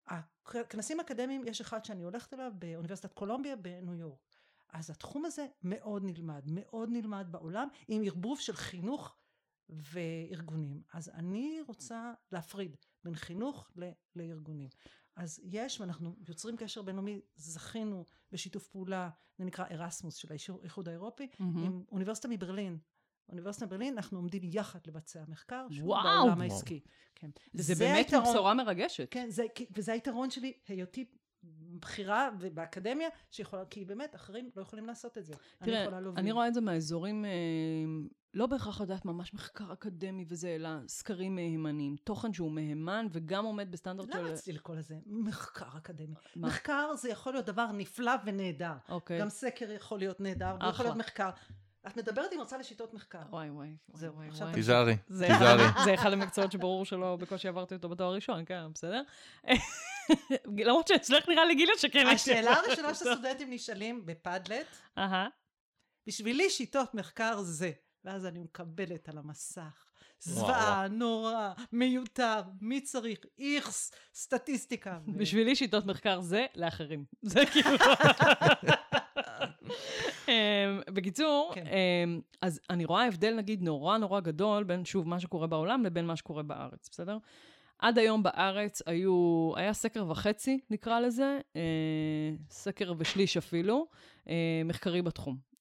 הכנסים אקדמיים, יש אחד שאני הולכת אליו באוניברסיטת קולומביה בניו יורק. אז התחום הזה מאוד נלמד, מאוד נלמד בעולם, עם ערבוב של חינוך וארגונים. אז אני רוצה להפריד בין חינוך ל- לארגונים. אז יש, ואנחנו יוצרים קשר בינלאומי, זכינו בשיתוף פעולה, זה נקרא ארסמוס של האיחוד האירופי, mm-hmm. עם אוניברסיטה מברלין. אוניברסיטה ברלין, אנחנו עומדים יחד לבצע מחקר, שהוא וואו. בעולם העסקי. כן. זה באמת היתרון, בשורה מרגשת. כן, זה, וזה היתרון שלי, היותי בחירה באקדמיה, שיכולה, כי באמת אחרים לא יכולים לעשות את זה. תראה, אני, אני רואה את זה מהאזורים, אה, לא בהכרח לדעת ממש מחקר אקדמי וזה, אלא סקרים מהימנים, תוכן שהוא מהימן וגם עומד בסטנדרט של... למה אצלי לכל זה? מחקר אקדמי. מה? מחקר זה יכול להיות דבר נפלא ונהדר. אוקיי. גם סקר יכול להיות נהדר, ויכול להיות מחקר. את מדברת עם הרצאה לשיטות מחקר. וואי וואי. זהו, וואי עכשיו... תיזהרי, תיזהרי. זה אחד המקצועות שברור שלא בקושי עברתי אותו בתואר ראשון, כן, בסדר? למרות שאצלך נראה לי גילה שכן. השאלה הראשונה שהסטודנטים נשאלים בפאדלט, בשבילי שיטות מחקר זה, ואז אני מקבלת על המסך. זוועה, נורא, מיותר, מי צריך, איכס, סטטיסטיקה. בשבילי שיטות מחקר זה לאחרים. זה כאילו... בקיצור, אז אני רואה הבדל נגיד נורא נורא גדול בין שוב מה שקורה בעולם לבין מה שקורה בארץ, בסדר? עד היום בארץ היו, היה סקר וחצי נקרא לזה, סקר ושליש אפילו, מחקרי בתחום.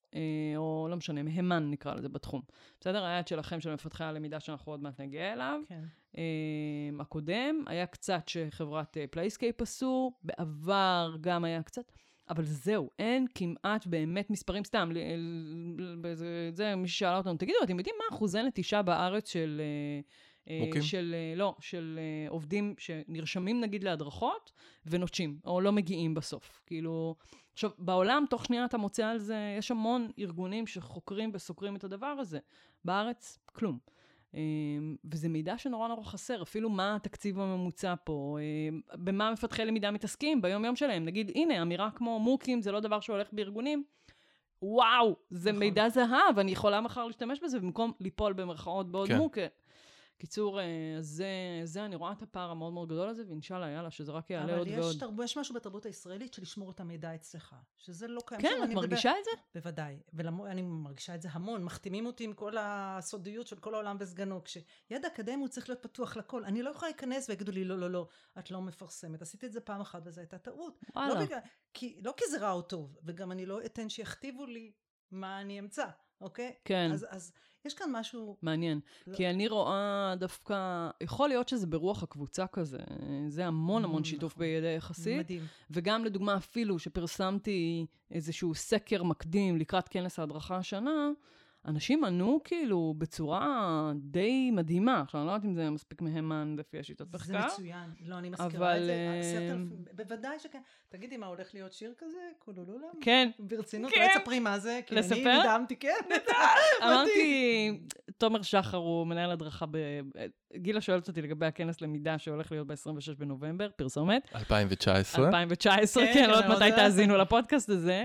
או לא משנה, מהימן נקרא לזה בתחום. בסדר? היעד שלכם של מפתחי הלמידה שאנחנו עוד מעט נגיע אליו. כן. הקודם, היה קצת שחברת פלייסקייפ עשו, בעבר גם היה קצת, אבל זהו, אין כמעט באמת מספרים סתם. זה, זה מי ששאלה אותנו, תגידו, אתם יודעים מה אחוזי נטישה בארץ של... מוקים? של, לא, של עובדים שנרשמים נגיד להדרכות ונוטשים, או לא מגיעים בסוף. כאילו, עכשיו, בעולם, תוך שנייה אתה מוצא על זה, יש המון ארגונים שחוקרים וסוקרים את הדבר הזה. בארץ, כלום. וזה מידע שנורא נורא חסר, אפילו מה התקציב הממוצע פה, במה מפתחי למידה מתעסקים ביום יום שלהם. נגיד, הנה, אמירה כמו מוקים, זה לא דבר שהולך בארגונים, וואו, זה נכון. מידע זהב, אני יכולה מחר להשתמש בזה, במקום ליפול במרכאות בעוד כן. מוקה. קיצור, זה, זה, אני רואה את הפער המאוד מאוד גדול הזה, ואינשאללה, יאללה, שזה רק יעלה עוד ועוד. אבל יש משהו בתרבות הישראלית של לשמור את המידע אצלך, שזה לא קיים. כן, את מרגישה את זה? בוודאי, ואני מרגישה את זה המון, מחתימים אותי עם כל הסודיות של כל העולם וסגנו, כשידע אקדמי הוא צריך להיות פתוח לכל, אני לא יכולה להיכנס ויגידו לי, לא, לא, לא, את לא מפרסמת, עשיתי את זה פעם אחת וזו הייתה טעות. לא בגלל, כי, לא כי זה רע או טוב, וגם אני לא אתן שיכתיבו לי מה אני אמצא. אוקיי? כן. אז, אז יש כאן משהו... מעניין. לא... כי אני רואה דווקא... יכול להיות שזה ברוח הקבוצה כזה. זה המון המון שיתוף נכון. בידע יחסית. מדהים. וגם לדוגמה אפילו שפרסמתי איזשהו סקר מקדים לקראת כנס ההדרכה השנה, אנשים ענו כאילו בצורה די מדהימה. עכשיו, אני לא יודעת אם זה מספיק מהימן לפי השיטות מחקר. זה מצוין. לא, אני מזכירה אבל... את זה. עשרת אלפים, בוודאי שכן. תגידי, מה הולך להיות שיר כזה? כולולולה? כן. ברצינות? כן. אולי תספרי מה זה? כי לספר? אני נדהמתי, כן. אמרתי, תומר שחר הוא מנהל הדרכה ב... גילה שואלת אותי לגבי הכנס למידה שהולך להיות ב-עשרים ושש בנובמבר, פרסומת. אלפיים תשע עשרה. אלפיים תשע עשרה, כן, לא יודעת מתי תאזינו לפודקאסט הזה.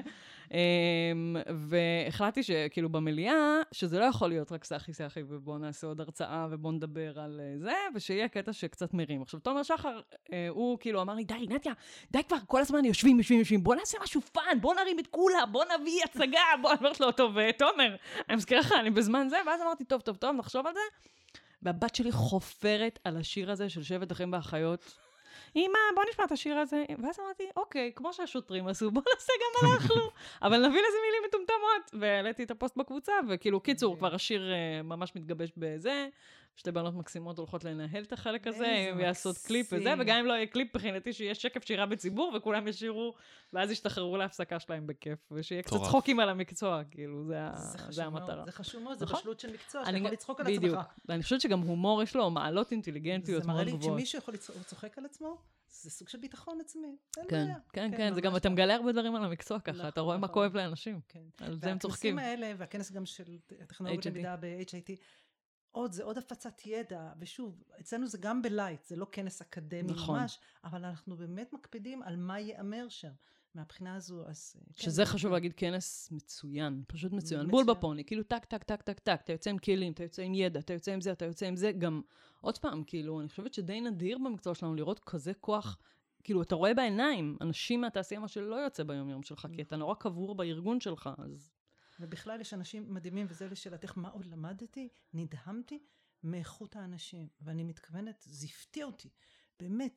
והחלטתי שכאילו במליאה, שזה לא יכול להיות רק סחי סחי, ובואו נעשה עוד הרצאה, ובואו נדבר על זה, ושיהיה קטע שקצת מרים. עכשיו, תומר שחר, הוא כאילו אמר לי, די, נתיה, די כבר, כל הזמן יושבים, יושבים, יושבים, בואו נעשה משהו פאן, בואו נרים את כולה, בואו נביא הצגה, בואו, אני אומרת לו, טוב, תומר, אני מזכיר לך, אני בזמן זה, ואז אמרתי, טוב, טוב, טוב, נחשוב על זה. והבת שלי חופרת על השיר הזה של שבט אחים ואחיות. אמא, בוא נשמע את השיר הזה. ואז אמרתי, אוקיי, כמו שהשוטרים עשו, בוא נעשה גם אנחנו. אבל נביא לזה מילים מטומטמות. והעליתי את הפוסט בקבוצה, וכאילו, קיצור, כבר השיר ממש מתגבש בזה. שתי בנות מקסימות הולכות לנהל את החלק הזה, ויעשות קליפ וזה, וגם אם לא יהיה קליפ, בחינתי שיהיה שקף שירה בציבור, וכולם ישירו, ואז ישתחררו להפסקה שלהם בכיף, ושיהיה קצת צחוקים על המקצוע, כאילו, זה המטרה. זה חשוב מאוד, זה בשלות של מקצוע, שאתה יכול לצחוק על עצמך. ואני חושבת שגם הומור יש לו מעלות אינטליגנטיות מאוד גבוהות. זה מראה לי שמישהו יכול לצחק על עצמו, זה סוג של ביטחון עצמי. כן, כן, כן, זה גם, אתה מגלה הרבה דברים על המקצוע ככה, אתה רואה מה כואב לאנשים. על זה הם צוחקים. והכנסים האלה, והכנס גם של טכנולוגיות למידה ב-אייץ' איי טי, עוד, זה עוד הפצת ידע, ושוב, אצלנו זה גם בלייט, זה לא כנס אקדמי נכון. ממש, אבל אנחנו באמת מקפידים על מה יאמר שם. מהבחינה הזו, אז... שזה חשוב כן. להגיד, כנס מצוין, פשוט מצוין. מצוין. בול בפוני, כאילו טק, טק, טק, טק, טק, אתה יוצא עם כלים, אתה יוצא עם ידע, אתה יוצא עם זה, אתה יוצא עם זה, גם, עוד פעם, כאילו, אני חושבת שדי נדיר במקצוע שלנו לראות כזה כוח, כאילו, אתה רואה בעיניים, אנשים מהתעשייה מה שלא יוצא ביום יום שלך, כי אתה נורא קבור בארגון שלך, אז... ובכלל יש אנשים מדהימים, וזה לשאלתך, מה עוד למדתי? נדהמתי מאיכות האנשים, ואני מתכוונת, זה הפתיע אותי, באמת,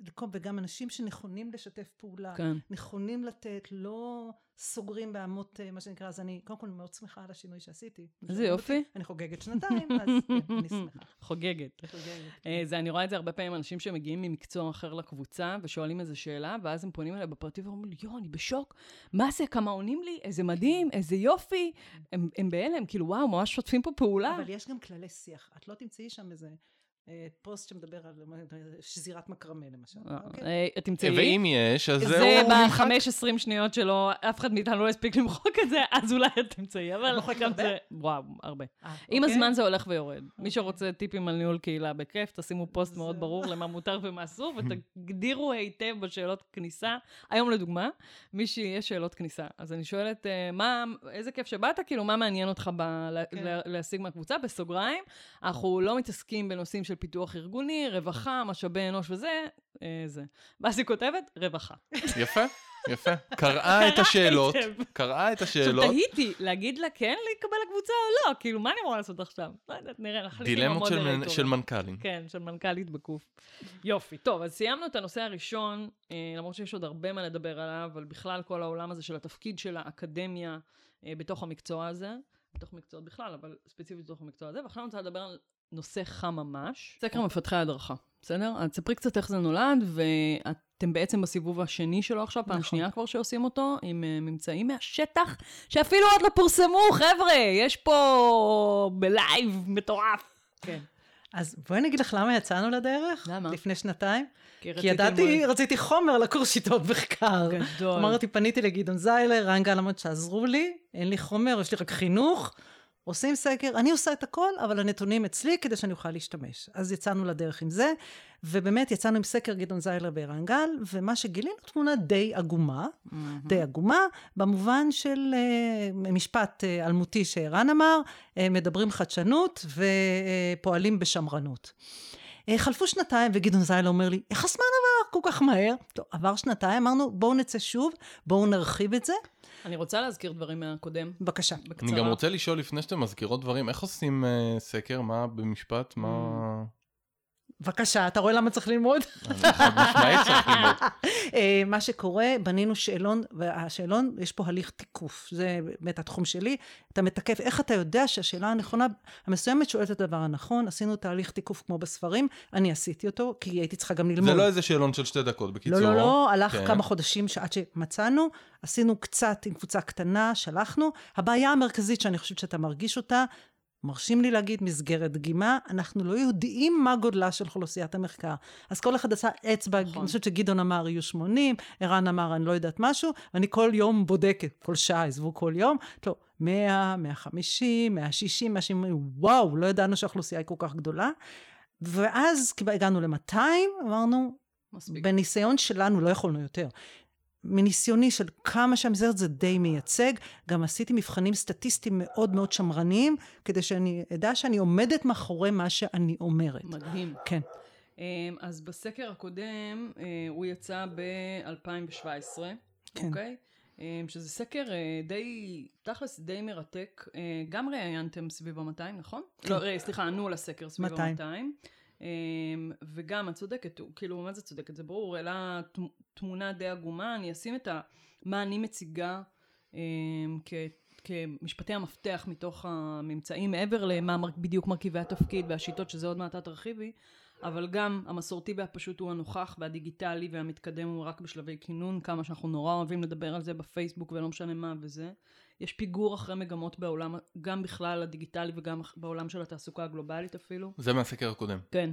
וגם אנשים שנכונים לשתף פעולה, כן. נכונים לתת, לא סוגרים בעמות, מה שנקרא, אז אני, קודם כל, מאוד שמחה על השינוי שעשיתי. זה יופי. אני חוגגת שנתיים, אז כן, אני שמחה. חוגגת. זה, אני רואה את זה הרבה פעמים, אנשים שמגיעים ממקצוע אחר לקבוצה, ושואלים איזו שאלה, ואז הם פונים אליי בפרטי, ואומרים לי, יו, אני בשוק, מה זה, כמה עונים לי, איזה מדהים, איזה יופי, הם בהלם, כאילו, וואו, ממש שוטפים פה פעולה. אבל יש גם כללי שיח, את לא תמצאי שם איזה... פוסט שמדבר על שזירת מקרמה למשל. תמצאי. ואם יש, אז זה ב-חמש עשרים שניות שלו, אף אחד מאיתנו לא הספיק למחוק את זה, אז אולי את תמצאי, אבל גם זה, וואו, הרבה. עם הזמן זה הולך ויורד. מי שרוצה טיפים על ניהול קהילה בכיף, תשימו פוסט מאוד ברור למה מותר ומה אסור, ותגדירו היטב בשאלות כניסה. היום לדוגמה, מי שיש שאלות כניסה, אז אני שואלת, איזה כיף שבאת, כאילו, מה מעניין אותך להשיג מהקבוצה? בסוגריים, אנחנו לא מתעסקים בנושאים של לפיתוח ארגוני, רווחה, משאבי אנוש וזה, זה. ואז היא כותבת, רווחה. יפה, יפה. קראה את השאלות, קראה את השאלות. עכשיו תהיתי, להגיד לה כן לקבל לקבוצה או לא, כאילו, מה אני אמורה לעשות עכשיו? לא יודעת, נראה, נחליט עם המודרטור. דילמות של מנכ"לים. כן, של מנכ"לית בקוף. יופי, טוב, אז סיימנו את הנושא הראשון, למרות שיש עוד הרבה מה לדבר עליו, אבל בכלל כל העולם הזה של התפקיד של האקדמיה בתוך המקצוע הזה, בתוך מקצועות בכלל, אבל ספציפית בתוך המקצוע הזה, ועכשיו אני רוצה לדבר על נושא חם ממש. סקר מפתחי הדרכה, בסדר? אז תספרי קצת איך זה נולד, ואתם בעצם בסיבוב השני שלו עכשיו, פעם שנייה כבר שעושים אותו, עם ממצאים מהשטח, שאפילו עוד לא פורסמו, חבר'ה, יש פה בלייב מטורף. כן. אז בואי נגיד לך למה יצאנו לדרך? למה? לפני שנתיים? כי, כי ידעתי, רציתי חומר לקורס שיטות מחקר. גדול. אמרתי, פניתי לגדעון זיילר, רן גלמוד שעזרו לי, אין לי חומר, יש לי רק חינוך, עושים סקר, אני עושה את הכל, אבל הנתונים אצלי כדי שאני אוכל להשתמש. אז יצאנו לדרך עם זה, ובאמת יצאנו עם סקר גדעון זיילר בערן גל, ומה שגילינו תמונה די עגומה, mm-hmm. די עגומה, במובן של uh, משפט uh, אלמותי שערן אמר, uh, מדברים חדשנות ופועלים בשמרנות. Uh, חלפו שנתיים, וגדעון זיילר אומר לי, איך הזמן עבר כל כך מהר? טוב, עבר שנתיים, אמרנו, בואו נצא שוב, בואו נרחיב את זה. אני רוצה להזכיר דברים מהקודם. בבקשה. בקצרה. אני גם רוצה לשאול לפני שאתם מזכירות דברים, איך עושים uh, סקר? מה במשפט? מה... בבקשה, אתה רואה למה צריך ללמוד? אני חד משמעית צריך ללמוד. מה שקורה, בנינו שאלון, והשאלון, יש פה הליך תיקוף. זה באמת התחום שלי. אתה מתקף, איך אתה יודע שהשאלה הנכונה, המסוימת שואלת את הדבר הנכון, עשינו תהליך תיקוף כמו בספרים, אני עשיתי אותו, כי הייתי צריכה גם ללמוד. זה לא איזה שאלון של שתי דקות, בקיצור. לא, לא, לא, הלך כמה חודשים שעד שמצאנו, עשינו קצת עם קבוצה קטנה, שלחנו. הבעיה המרכזית שאני חושבת שאתה מרגיש אותה, מרשים לי להגיד מסגרת דגימה, אנחנו לא יודעים מה גודלה של אוכלוסיית המחקר. אז כל אחד עשה אצבע, נכון. אני חושבת שגדעון אמר יהיו שמונים, ערן אמר אני לא יודעת משהו, ואני כל יום בודקת, כל שעה, עזבו כל יום, טוב, מאה, מאה וחמישים, מאה ושישים, מאה ושבעים, וואו, לא ידענו שהאוכלוסייה היא כל כך גדולה. ואז הגענו ל-מאתיים, אמרנו, מספיק. בניסיון שלנו לא יכולנו יותר. מניסיוני של כמה שהמסגרת זה די מייצג, גם עשיתי מבחנים סטטיסטיים מאוד מאוד שמרניים, כדי שאני אדע שאני עומדת מאחורי מה שאני אומרת. מדהים. כן. אז בסקר הקודם, הוא יצא ב-אלפיים שבע עשרה, כן. אוקיי? שזה סקר די, תכלס די מרתק, גם ראיינתם סביב ה-מאתיים, נכון? כן. לא, סליחה, ענו לסקר סביב מאתיים. ה-מאתיים. וגם את צודקת, כאילו מה זה צודקת? זה ברור, אלא תמונה די עגומה, אני אשים את מה אני מציגה כמשפטי המפתח מתוך הממצאים, מעבר למה בדיוק מרכיבי התפקיד והשיטות, שזה עוד מעט תרחיבי, אבל גם המסורתי והפשוט הוא הנוכח, והדיגיטלי והמתקדם הוא רק בשלבי כינון, כמה שאנחנו נורא אוהבים לדבר על זה בפייסבוק ולא משנה מה וזה. יש פיגור אחרי מגמות בעולם, גם בכלל הדיגיטלי וגם בעולם של התעסוקה הגלובלית אפילו. זה מהסקר הקודם. כן.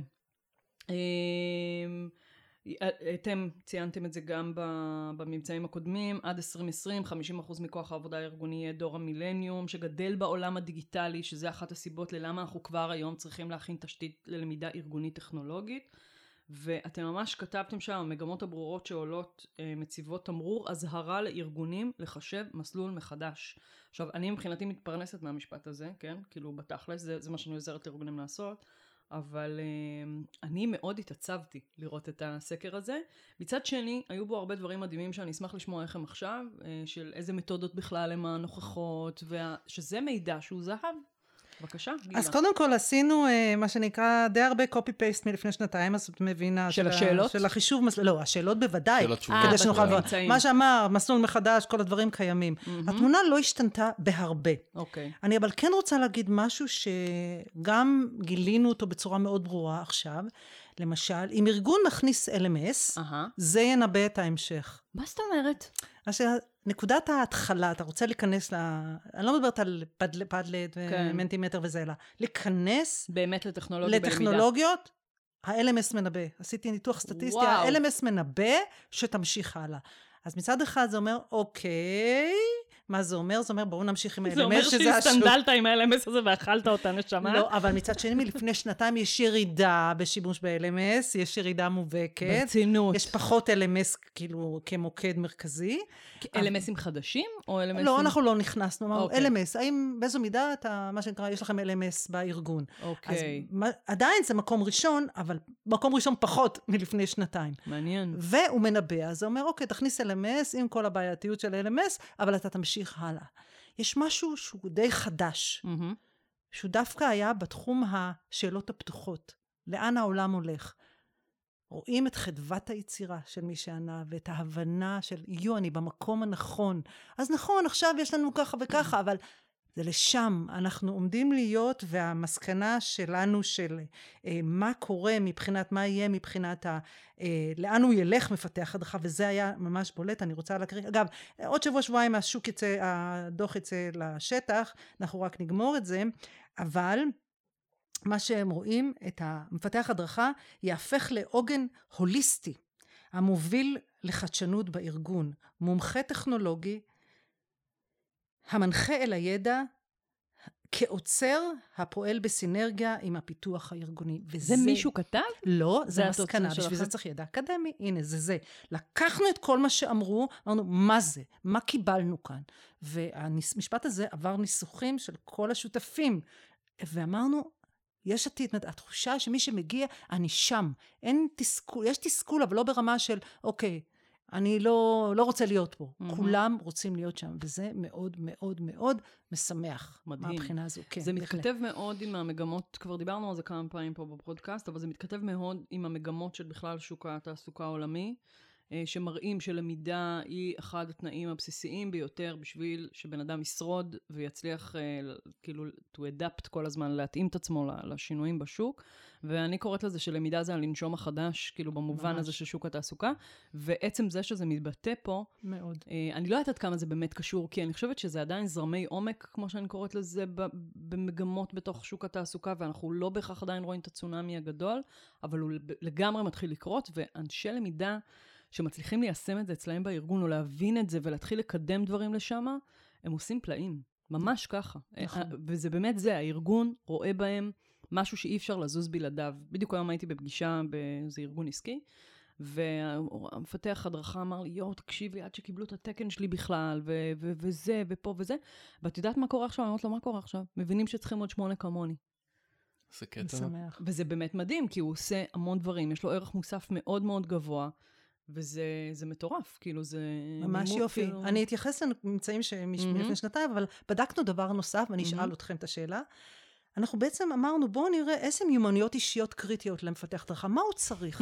אתם ציינתם את זה גם בממצאים הקודמים, עד עשרים עשרים, חמישים אחוז מכוח העבודה הארגוני יהיה דור המילניום, שגדל בעולם הדיגיטלי, שזה אחת הסיבות ללמה אנחנו כבר היום צריכים להכין תשתית ללמידה ארגונית טכנולוגית, ואתם ממש כתבתם שם, המגמות הברורות שעולות מציבות תמרור, אזהרה לארגונים לחשב מסלול מחדש. עכשיו, אני מבחינתי מתפרנסת מהמשפט הזה, כן? כאילו בתכלס, זה, זה מה שאני עוזרת לארגונים לעשות, אבל uh, אני מאוד התעצבתי לראות את הסקר הזה. מצד שני, היו בו הרבה דברים מדהימים שאני אשמח לשמוע איך הם עכשיו, uh, של איזה מתודות בכלל הם הנוכחות, וה... שזה מידע שהוא זהב. בבקשה, גילה. אז קודם כל עשינו uh, מה שנקרא די הרבה copy-paste מלפני שנתיים, אז את מבינה... של השאלות? של החישוב, מסל... לא, השאלות בוודאי. שאלות תשובות. כדי שנוכל... מה שאמר, מסלול מחדש, כל הדברים קיימים. Mm-hmm. התמונה לא השתנתה בהרבה. אוקיי. Okay. אני אבל כן רוצה להגיד משהו שגם גילינו אותו בצורה מאוד ברורה עכשיו. למשל, אם ארגון מכניס אל אם אס, uh-huh. זה ינבא את ההמשך. מה זאת אומרת? אז נקודת ההתחלה, אתה רוצה להיכנס ל... אני לא מדברת על פדלט, פדלט ומנטימטר וזה, אלא להיכנס... באמת לטכנולוגיה בלמידה. לטכנולוגיות, ה-אל אם אס מנבא. עשיתי ניתוח סטטיסטי, ה-אל אם אס מנבא שתמשיך הלאה. אז מצד אחד זה אומר, אוקיי, מה זה אומר? זה אומר, בואו נמשיך עם ה-אל זה אם אס, אומר שהסתנדלת עם ה-אל אם אס הזה ואכלת אותה, נשמה. לא, אבל מצד שני, מלפני שנתיים יש ירידה בשימוש ב-אל אם אס, יש ירידה מובהקת. ברצינות. יש פחות אל אם אס כאילו כמוקד מרכזי. אל אם אסים חדשים או אל אם אסים? לא, אנחנו לא נכנסנו, אמרנו, אוקיי. אל אם אס, האם באיזו מידה אתה, מה שנקרא, יש לכם אל אם אס בארגון. אוקיי. אז מה, עדיין זה מקום ראשון, אבל מקום ראשון פחות מלפני שנתיים. מעניין. והוא מנבא, זה אומר, אוקיי, תכניס אל אם אס עם כל הבעייתיות של אל אם אס, אבל אתה תמשיך הלאה. יש משהו שהוא די חדש, Mm-hmm. שהוא דווקא היה בתחום השאלות הפתוחות. לאן העולם הולך? רואים את חדוות היצירה של מי שענה, ואת ההבנה של, יו, אני במקום הנכון. אז נכון, עכשיו יש לנו ככה וככה, אבל זה לשם. אנחנו עומדים להיות, והמסקנה שלנו של אה, מה קורה מבחינת, מה יהיה מבחינת, ה, אה, לאן הוא ילך מפתח הדרכה, וזה היה ממש בולט. אני רוצה להקריא, אגב, עוד שבוע שבועיים השוק יצא, הדוח יצא לשטח, אנחנו רק נגמור את זה, אבל מה שהם רואים, את המפתח הדרכה, יהפך לעוגן הוליסטי, המוביל לחדשנות בארגון, מומחה טכנולוגי, המנחה אל הידע, כעוצר הפועל בסינרגיה עם הפיתוח הארגוני. וזה זה מישהו כתב? לא, זה, זה מסקנה, בשביל זה צריך ידע אקדמי, הנה זה זה. לקחנו את כל מה שאמרו, אמרנו, מה זה? מה קיבלנו כאן? והמשפט הזה עבר ניסוחים של כל השותפים, ואמרנו, יש עתיד, התחושה שמי שמגיע, אני שם. אין תסכול, יש תסכול, אבל לא ברמה של, אוקיי, אני לא, לא רוצה להיות פה. Mm-hmm. כולם רוצים להיות שם, וזה מאוד מאוד מאוד משמח. מדהים. מהבחינה הזו, כן. זה מתכתב מאוד עם המגמות, כבר דיברנו על זה כמה פעמים פה בפודקאסט, אבל זה מתכתב מאוד עם המגמות של בכלל שוק התעסוקה העולמי, שמראים שלמידה היא אחד התנאים הבסיסיים ביותר בשביל שבן אדם ישרוד ויצליח כאילו to adapt כל הזמן, להתאים את עצמו לשינויים בשוק, ואני קוראת לזה שלמידה זה הלנשום החדש, כאילו במובן ממש. הזה של שוק התעסוקה, ועצם זה שזה מתבטא פה, מאוד. אני לא יודעת עד כמה זה באמת קשור, כי אני חושבת שזה עדיין זרמי עומק, כמו שאני קוראת לזה, במגמות בתוך שוק התעסוקה, ואנחנו לא בהכרח עדיין רואים את הצונמי הגדול, אבל הוא לגמרי מתחיל לקרות, ואנשי למידה שמצליחים ליישם את זה אצלהם בארגון, או להבין את זה ולהתחיל לקדם דברים לשם, הם עושים פלאים. ממש ככה. נכון. וזה באמת זה, הארגון רואה בהם משהו שאי אפשר לזוז בלעדיו. בדיוק היום הייתי בפגישה באיזה ארגון עסקי, והמפתח הדרכה אמר לי, יו, תקשיבי, עד שקיבלו את התקן שלי בכלל, ו- ו- וזה, ופה וזה. ואת יודעת מה קורה עכשיו? אני אומרת לו, מה קורה עכשיו? מבינים שצריכים עוד שמונה כמוני. זה קטע. משמח. וזה באמת מדהים, כי הוא עושה המון דברים, יש לו ערך מוסף מאוד מאוד גבוה, וזה זה מטורף, כאילו זה... ממש מימות, יופי. כאילו... אני אתייחס לממצאים שמלפני mm-hmm. שנתיים, אבל בדקנו דבר נוסף, ואני אשאל mm-hmm. אתכם את השאלה. אנחנו בעצם אמרנו, בואו נראה איזה מיומנויות אישיות קריטיות למפתח דרכה, מה הוא צריך?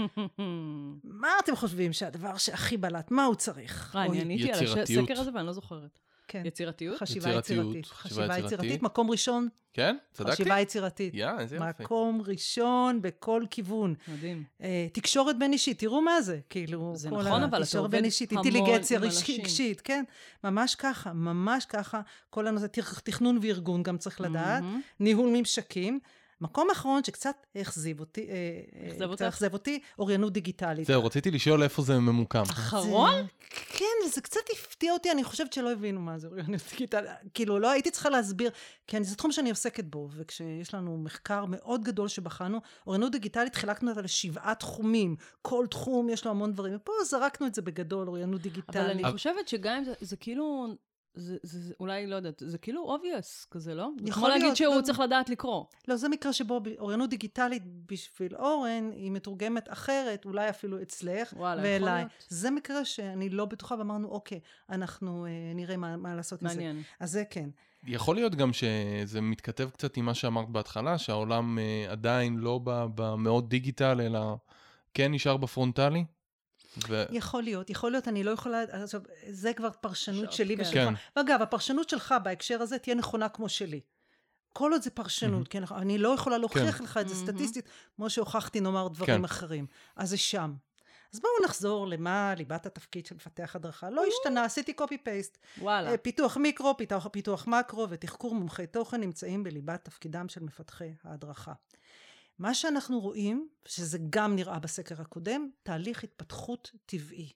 מה אתם חושבים שהדבר שהכי בלט, מה הוא צריך? אני עניתי על הסקר הזה ואני לא זוכרת. כן. יצירתיות? חשיבה יצירתית. חשיבה יצירתית, מקום ראשון. כן, צדקתי. חשיבה יצירתית. יא, איזה יופי. מקום ראשון בכל כיוון. מדהים. תקשורת בין אישית, תראו מה זה, כאילו. זה נכון, אבל אתה עובד המון אינטליגנציה רגשית, כן. ממש ככה, ממש ככה. כל הנושא, תכנון וארגון גם צריך לדעת. ניהול ממשקים. מקום אחרון שקצת החזיב אותי, קצת החזב אותי, אוריינות דיגיטלית. זהו, רציתי לשאול איפה זה ממוקם. אחרון? כן, וזה קצת הפתיע אותי, אני חושבת שלא הבינו מה זה אוריינות דיגיטלית. כאילו, לא הייתי צריכה להסביר, כי זה תחום שאני עוסקת בו, וכשיש לנו מחקר מאוד גדול שבחנו, אוריינות דיגיטלית חילקנו אותה לשבעה תחומים, כל תחום יש לו המון דברים, ופה זרקנו את זה בגדול, אוריינות דיגיטלית. אבל אני חושבת שגם זה, זה כאילו... זה, זה, זה, אולי, לא יודעת, זה כאילו obvious כזה, לא? יכול להגיד שהוא צריך לדעת לקרוא. לא, זה מקרה שבו אוריינות דיגיטלית בשביל אורן, היא מתורגמת אחרת, אולי אפילו אצלך, ואליי. זה מקרה שאני לא בטוחה, ואמרנו, אוקיי, אנחנו אה, נראה מה, מה לעשות עם זה. מעניין. אז זה כן. יכול להיות גם שזה מתכתב קצת עם מה שאמרת בהתחלה, שהעולם אה, עדיין לא במאוד דיגיטל, אלא כן נשאר בפרונטלי? ו... יכול להיות, יכול להיות, אני לא יכולה, עכשיו, זה כבר פרשנות שלי ושלך. כן. ואגב, הפרשנות שלך בהקשר הזה תהיה נכונה כמו שלי. כל עוד זה פרשנות, mm-hmm. כן, אני לא יכולה להוכיח כן. לך את זה mm-hmm. סטטיסטית, כמו שהוכחתי נאמר דברים כן. אחרים. אז זה שם. אז בואו נחזור למה ליבת התפקיד של מפתח הדרכה. לא השתנה, עשיתי קופי פייסט. וואלה. פיתוח מיקרו, פיתוח, פיתוח מקרו ותחקור מומחי תוכן נמצאים בליבת תפקידם של מפתחי ההדרכה. מה שאנחנו רואים, שזה גם נראה בסקר הקודם, תהליך התפתחות טבעי.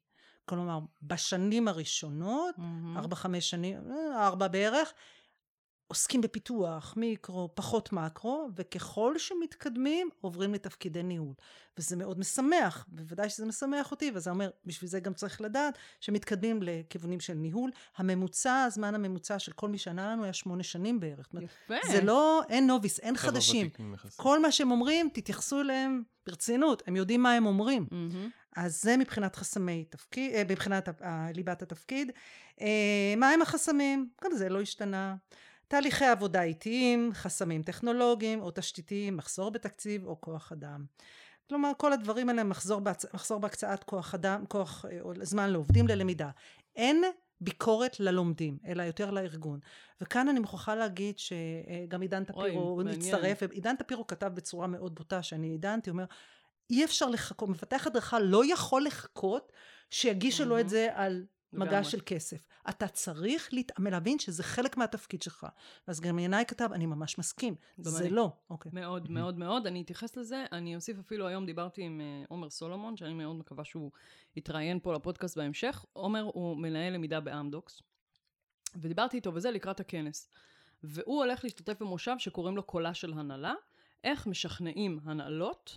כלומר, בשנים הראשונות, ארבע, חמש שנים, ארבע בערך, עוסקים בפיתוח, מיקרו, פחות מקרו, וככל שמתקדמים, עוברים לתפקידי ניהול. וזה מאוד משמח, בוודאי שזה משמח אותי, וזה אומר, בשביל זה גם צריך לדעת, שמתקדמים לכיוונים של ניהול. הממוצע, הזמן הממוצע של כל מי שענה לנו, היה שמונה שנים בערך. יפה. זה לא, אין נוביס, אין חדשים. כל מה שהם אומרים, תתייחסו אליהם ברצינות, הם יודעים מה הם אומרים. אז זה מבחינת חסמי תפקיד, מבחינת ליבת התפקיד. מה הם החסמים? גם זה לא השתנה. תהליכי עבודה איטיים, חסמים טכנולוגיים או תשתיתיים, מחסור בתקציב או כוח אדם. כלומר, כל הדברים האלה מחסור, בהצ... מחסור בהקצאת כוח אדם, כוח או זמן לעובדים ללמידה. אין ביקורת ללומדים, אלא יותר לארגון. וכאן אני מוכרחה להגיד שגם עידן טפירו מצטרף, ועידן טפירו כתב בצורה מאוד בוטה, שאני עידנתי, אומר, אי אפשר לחכות, מפתח הדרכה לא יכול לחכות שיגישו לו את זה על מגע של כסף. אתה צריך להבין שזה חלק מהתפקיד שלך. אז גם ינאי כתב, אני ממש מסכים. זה לא. מאוד, מאוד, מאוד. אני אתייחס לזה. אני אוסיף אפילו היום, דיברתי עם עומר סולומון, שאני מאוד מקווה שהוא יתראיין פה לפודקאסט בהמשך. עומר הוא מנהל למידה באמדוקס. ודיברתי איתו וזה לקראת הכנס. והוא הולך להשתתף במושב שקוראים לו קולה של הנהלה. איך משכנעים הנהלות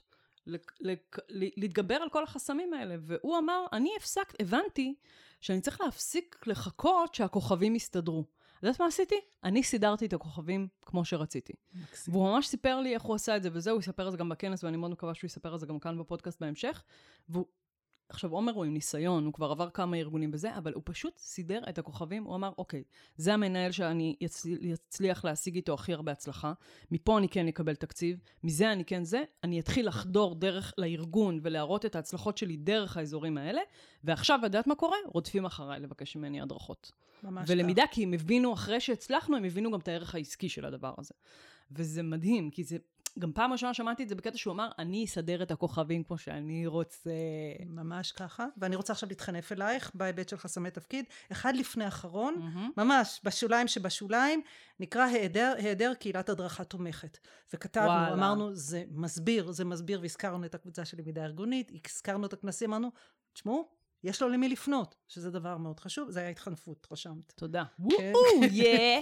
להתגבר על כל החסמים האלה. והוא אמר, אני הפסק, הבנתי שאני צריך להפסיק לחכות שהכוכבים יסתדרו. יודעת מה עשיתי? אני סידרתי את הכוכבים כמו שרציתי. מקסים. והוא ממש סיפר לי איך הוא עשה את זה, וזהו, הוא יספר את זה גם בכנס, ואני מאוד מקווה שהוא יספר את זה גם כאן בפודקאסט בהמשך. והוא, עכשיו, עומר הוא עם ניסיון, הוא כבר עבר כמה ארגונים בזה, אבל הוא פשוט סידר את הכוכבים, הוא אמר, אוקיי, זה המנהל שאני אצליח להשיג איתו הכי הרבה הצלחה, מפה אני כן אקבל תקציב, מזה אני כן זה, אני אתחיל לחדור דרך לארגון ולהראות את ההצלחות שלי דרך האזורים האלה, ועכשיו, יודעת מה קורה? רודפים אחריי לבקש ממני הדרכות. ולמידה, כי הם הבינו, אחרי שהצלחנו, הם הבינו גם את הערך העסקי של הדבר הזה. וזה מדהים, כי זה גם פעם ראשונה שמעתי את זה בקטע שהוא אמר, אני אסדר את הכוכבים כמו שאני רוצה. ממש ככה. ואני רוצה עכשיו להתחנף אלייך, בהיבט של חסמי תפקיד. אחד לפני אחרון, mm-hmm. ממש, בשוליים שבשוליים, נקרא היעדר, היעדר קהילת הדרכה תומכת. וכתבנו, וואלה. אמרנו, זה מסביר, זה מסביר, והזכרנו את הקבוצה של למידה ארגונית, הזכרנו את הכנסים, אמרנו, תשמעו, יש לו למי לפנות, שזה דבר מאוד חשוב, זה היה התחנפות, רשמת. תודה. כן. וואו, יא!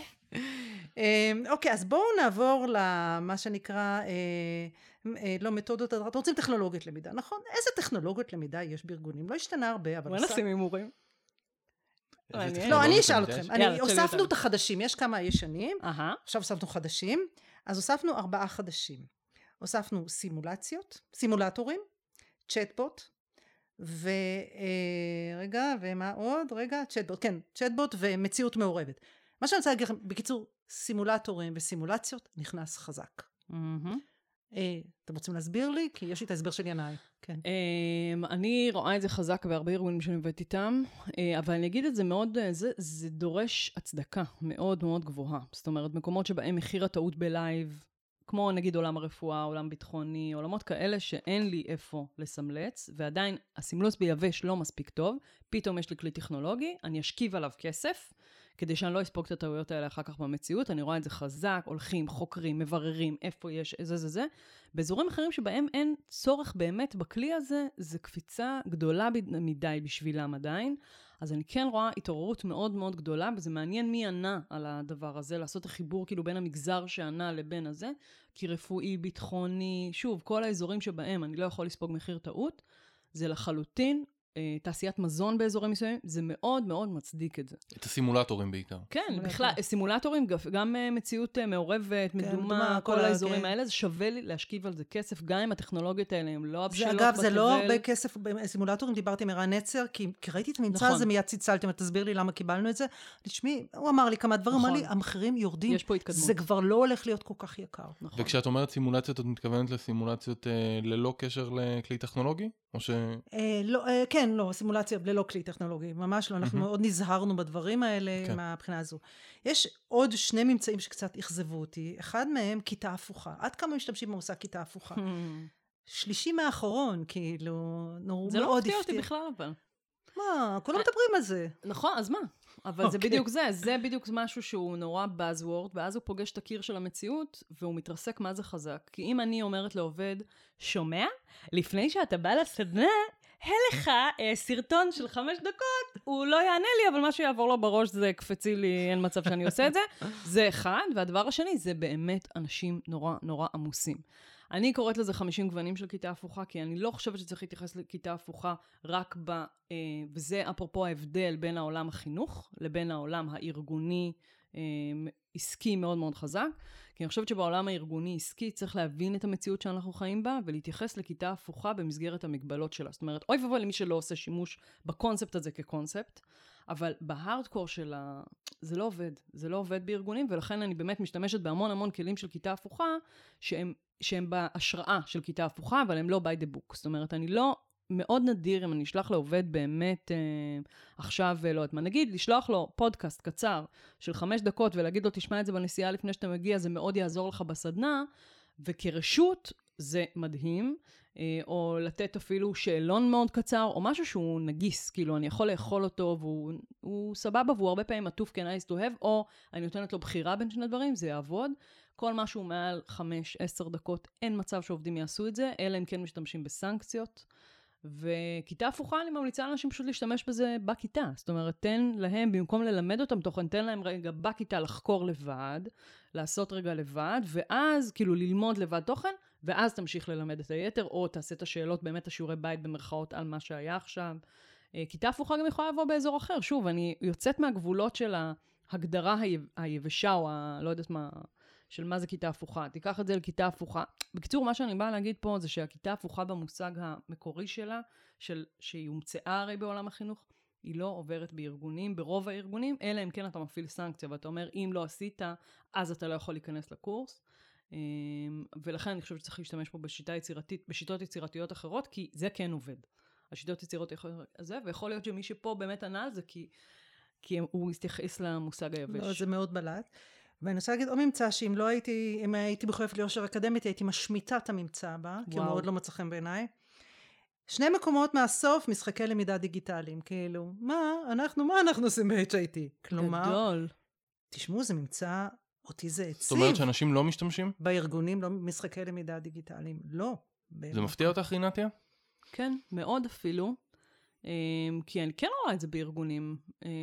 אוקיי, אז בואו נעבור למה שנקרא, לא מתודות, אתם רוצים טכנולוגיות למידה, נכון? איזה טכנולוגיות למידה יש בארגונים? לא השתנה הרבה, אבל... בוא נשים הימורים. לא, אני אשאל אתכם. הוספנו את החדשים, יש כמה ישנים, עכשיו הוספנו חדשים, אז הוספנו ארבעה חדשים. הוספנו סימולציות, סימולטורים, צ'טבוט, ורגע, ומה עוד? רגע, צ'טבוט, כן, צ'טבוט ומציאות מעורבת. מה שאני רוצה להגיד לכם, בקיצור, סימולטורים וסימולציות נכנס חזק. אתם רוצים להסביר לי? כי יש לי את ההסבר של ינאי. אני רואה את זה חזק בהרבה ארגונים שאני עובדת איתם, אבל אני אגיד את זה מאוד, זה דורש הצדקה מאוד מאוד גבוהה. זאת אומרת, מקומות שבהם מחיר הטעות בלייב, כמו נגיד עולם הרפואה, עולם ביטחוני, עולמות כאלה שאין לי איפה לסמלץ, ועדיין הסימלוץ ביבש לא מספיק טוב, פתאום יש לי כלי טכנולוגי, אני אשכיב עליו כסף, כדי שאני לא אספוג את הטעויות האלה אחר כך במציאות, אני רואה את זה חזק, הולכים, חוקרים, מבררים, איפה יש, זה זה זה. באזורים אחרים שבהם אין צורך באמת בכלי הזה, זה קפיצה גדולה מדי בשבילם עדיין, אז אני כן רואה התעוררות מאוד מאוד גדולה, וזה מעניין מי ענה על הדבר הזה, לעשות החיבור כאילו בין המגזר שענה לבין הזה, כי רפואי, ביטחוני, שוב, כל האזורים שבהם אני לא יכול לספוג מחיר טעות, זה לחלוטין, תעשיית מזון באזורים מסוימים, זה מאוד מאוד מצדיק את זה. את הסימולטורים בעיקר. כן, בכלל, סימולטורים, גם מציאות מעורבת, מדומה, כל האזורים האלה, זה שווה לי להשכיב על זה כסף, גם אם הטכנולוגיות האלה הם לא הבשלות בתבל. אגב, זה לא הרבה כסף בסימולטורים, דיברתי עם ערן נצר, כי ראיתי את הממצא הזה, מיד ציצלתם, תסביר לי למה קיבלנו את זה. תשמעי, הוא אמר לי כמה דברים, אמר לי, המחירים יורדים, זה כבר לא הולך להיות כל כך יקר. וכשאת אומרת סימולציות, את מתכוונת לסימולציות ללא קשר לכלי טכנולוגי? או ש... כן, לא, סימולציה ללא כלי טכנולוגי, ממש לא, אנחנו מאוד נזהרנו בדברים האלה מהבחינה הזו. יש עוד שני ממצאים שקצת אכזבו אותי, אחד מהם כיתה הפוכה, עד כמה משתמשים במושג כיתה הפוכה? שלישי מהאחרון, כאילו, מאוד הפתיע. זה לא מפתיע אותי בכלל, אבל. מה, כולם מדברים על זה. נכון, אז מה? אבל זה בדיוק זה, זה בדיוק משהו שהוא נורא buzzword, ואז הוא פוגש את הקיר של המציאות, והוא מתרסק מה זה חזק. כי אם אני אומרת לעובד, שומע? לפני שאתה בא לסדנה, הלך, סרטון של חמש דקות, הוא לא יענה לי, אבל מה שיעבור לו בראש זה קפצי לי, אין מצב שאני עושה את זה. זה אחד, והדבר השני, זה באמת אנשים נורא נורא עמוסים. אני קוראת לזה חמישים גוונים של כיתה הפוכה, כי אני לא חושבת שצריך להתייחס לכיתה הפוכה רק ב... אה, וזה אפרופו ההבדל בין העולם החינוך לבין העולם הארגוני, אה, עסקי מאוד מאוד חזק. כי אני חושבת שבעולם הארגוני עסקי צריך להבין את המציאות שאנחנו חיים בה, ולהתייחס לכיתה הפוכה במסגרת המגבלות שלה. זאת אומרת, אוי ואבוי למי שלא עושה שימוש בקונספט הזה כקונספט, אבל בהארדקור שלה, זה לא עובד. זה לא עובד בארגונים, ולכן אני באמת משתמשת בהמון המון כלים של כיתה הפוכה, שהם, שהם בהשראה של כיתה הפוכה, אבל הם לא by the book. זאת אומרת, אני לא, מאוד נדיר אם אני אשלח לעובד באמת, אה, עכשיו, לא יודעת מה, נגיד, לשלוח לו פודקאסט קצר של חמש דקות, ולהגיד לו, תשמע את זה בנסיעה לפני שאתה מגיע, זה מאוד יעזור לך בסדנה, וכרשות זה מדהים, אה, או לתת אפילו שאלון מאוד קצר, או משהו שהוא נגיס, כאילו אני יכול לאכול אותו, והוא הוא סבבה, והוא הרבה פעמים עטוף כ-nice to have, או אני נותנת לו בחירה בין שני דברים, זה יעבוד. כל משהו מעל חמש, עשר דקות, אין מצב שעובדים יעשו את זה, אלא אם כן משתמשים בסנקציות. וכיתה הפוכה, אני ממליצה לאנשים פשוט להשתמש בזה בכיתה. זאת אומרת, תן להם, במקום ללמד אותם תוכן, תן להם רגע בכיתה לחקור לבד, לעשות רגע לבד, ואז כאילו ללמוד לבד תוכן, ואז תמשיך ללמד את היתר, או תעשה את השאלות, באמת השיעורי בית במרכאות על מה שהיה עכשיו. כיתה הפוכה גם יכולה לבוא באזור אחר. שוב, אני יוצאת מהגבולות של ההגדרה היבשה, או ה... לא יודעת מה... של מה זה כיתה הפוכה. תיקח את זה לכיתה הפוכה. בקיצור, מה שאני באה להגיד פה זה שהכיתה הפוכה במושג המקורי שלה, של, שהיא הומצאה הרי בעולם החינוך, היא לא עוברת בארגונים, ברוב הארגונים, אלא אם כן אתה מפעיל סנקציה, ואתה אומר, אם לא עשית, אז אתה לא יכול להיכנס לקורס. ולכן אני חושבת שצריך להשתמש פה בשיטה יצירתית, בשיטות יצירתיות אחרות, כי זה כן עובד. השיטות יצירתיות זה, ויכול להיות שמי שפה באמת ענה על זה, כי, כי הוא יתייחס למושג היבש. לא, זה מאוד בלט. ואני רוצה להגיד עוד ממצא שאם לא הייתי, אם הייתי מחויבת ליושר אקדמית, הייתי משמיטה את הממצא הבא, כי הוא מאוד לא מצא חן בעיניי. שני מקומות מהסוף, משחקי למידה דיגיטליים, כאילו, מה, אנחנו, מה אנחנו עושים ב-אייץ' איי טי? כלומר, גדול. תשמעו, זה ממצא, אותי זה הציב. זאת אומרת שאנשים לא משתמשים? בארגונים, לא משחקי למידה דיגיטליים, לא. זה מפתיע אותך, רינתיה? כן, מאוד אפילו. כי אני כן רואה את זה בארגונים.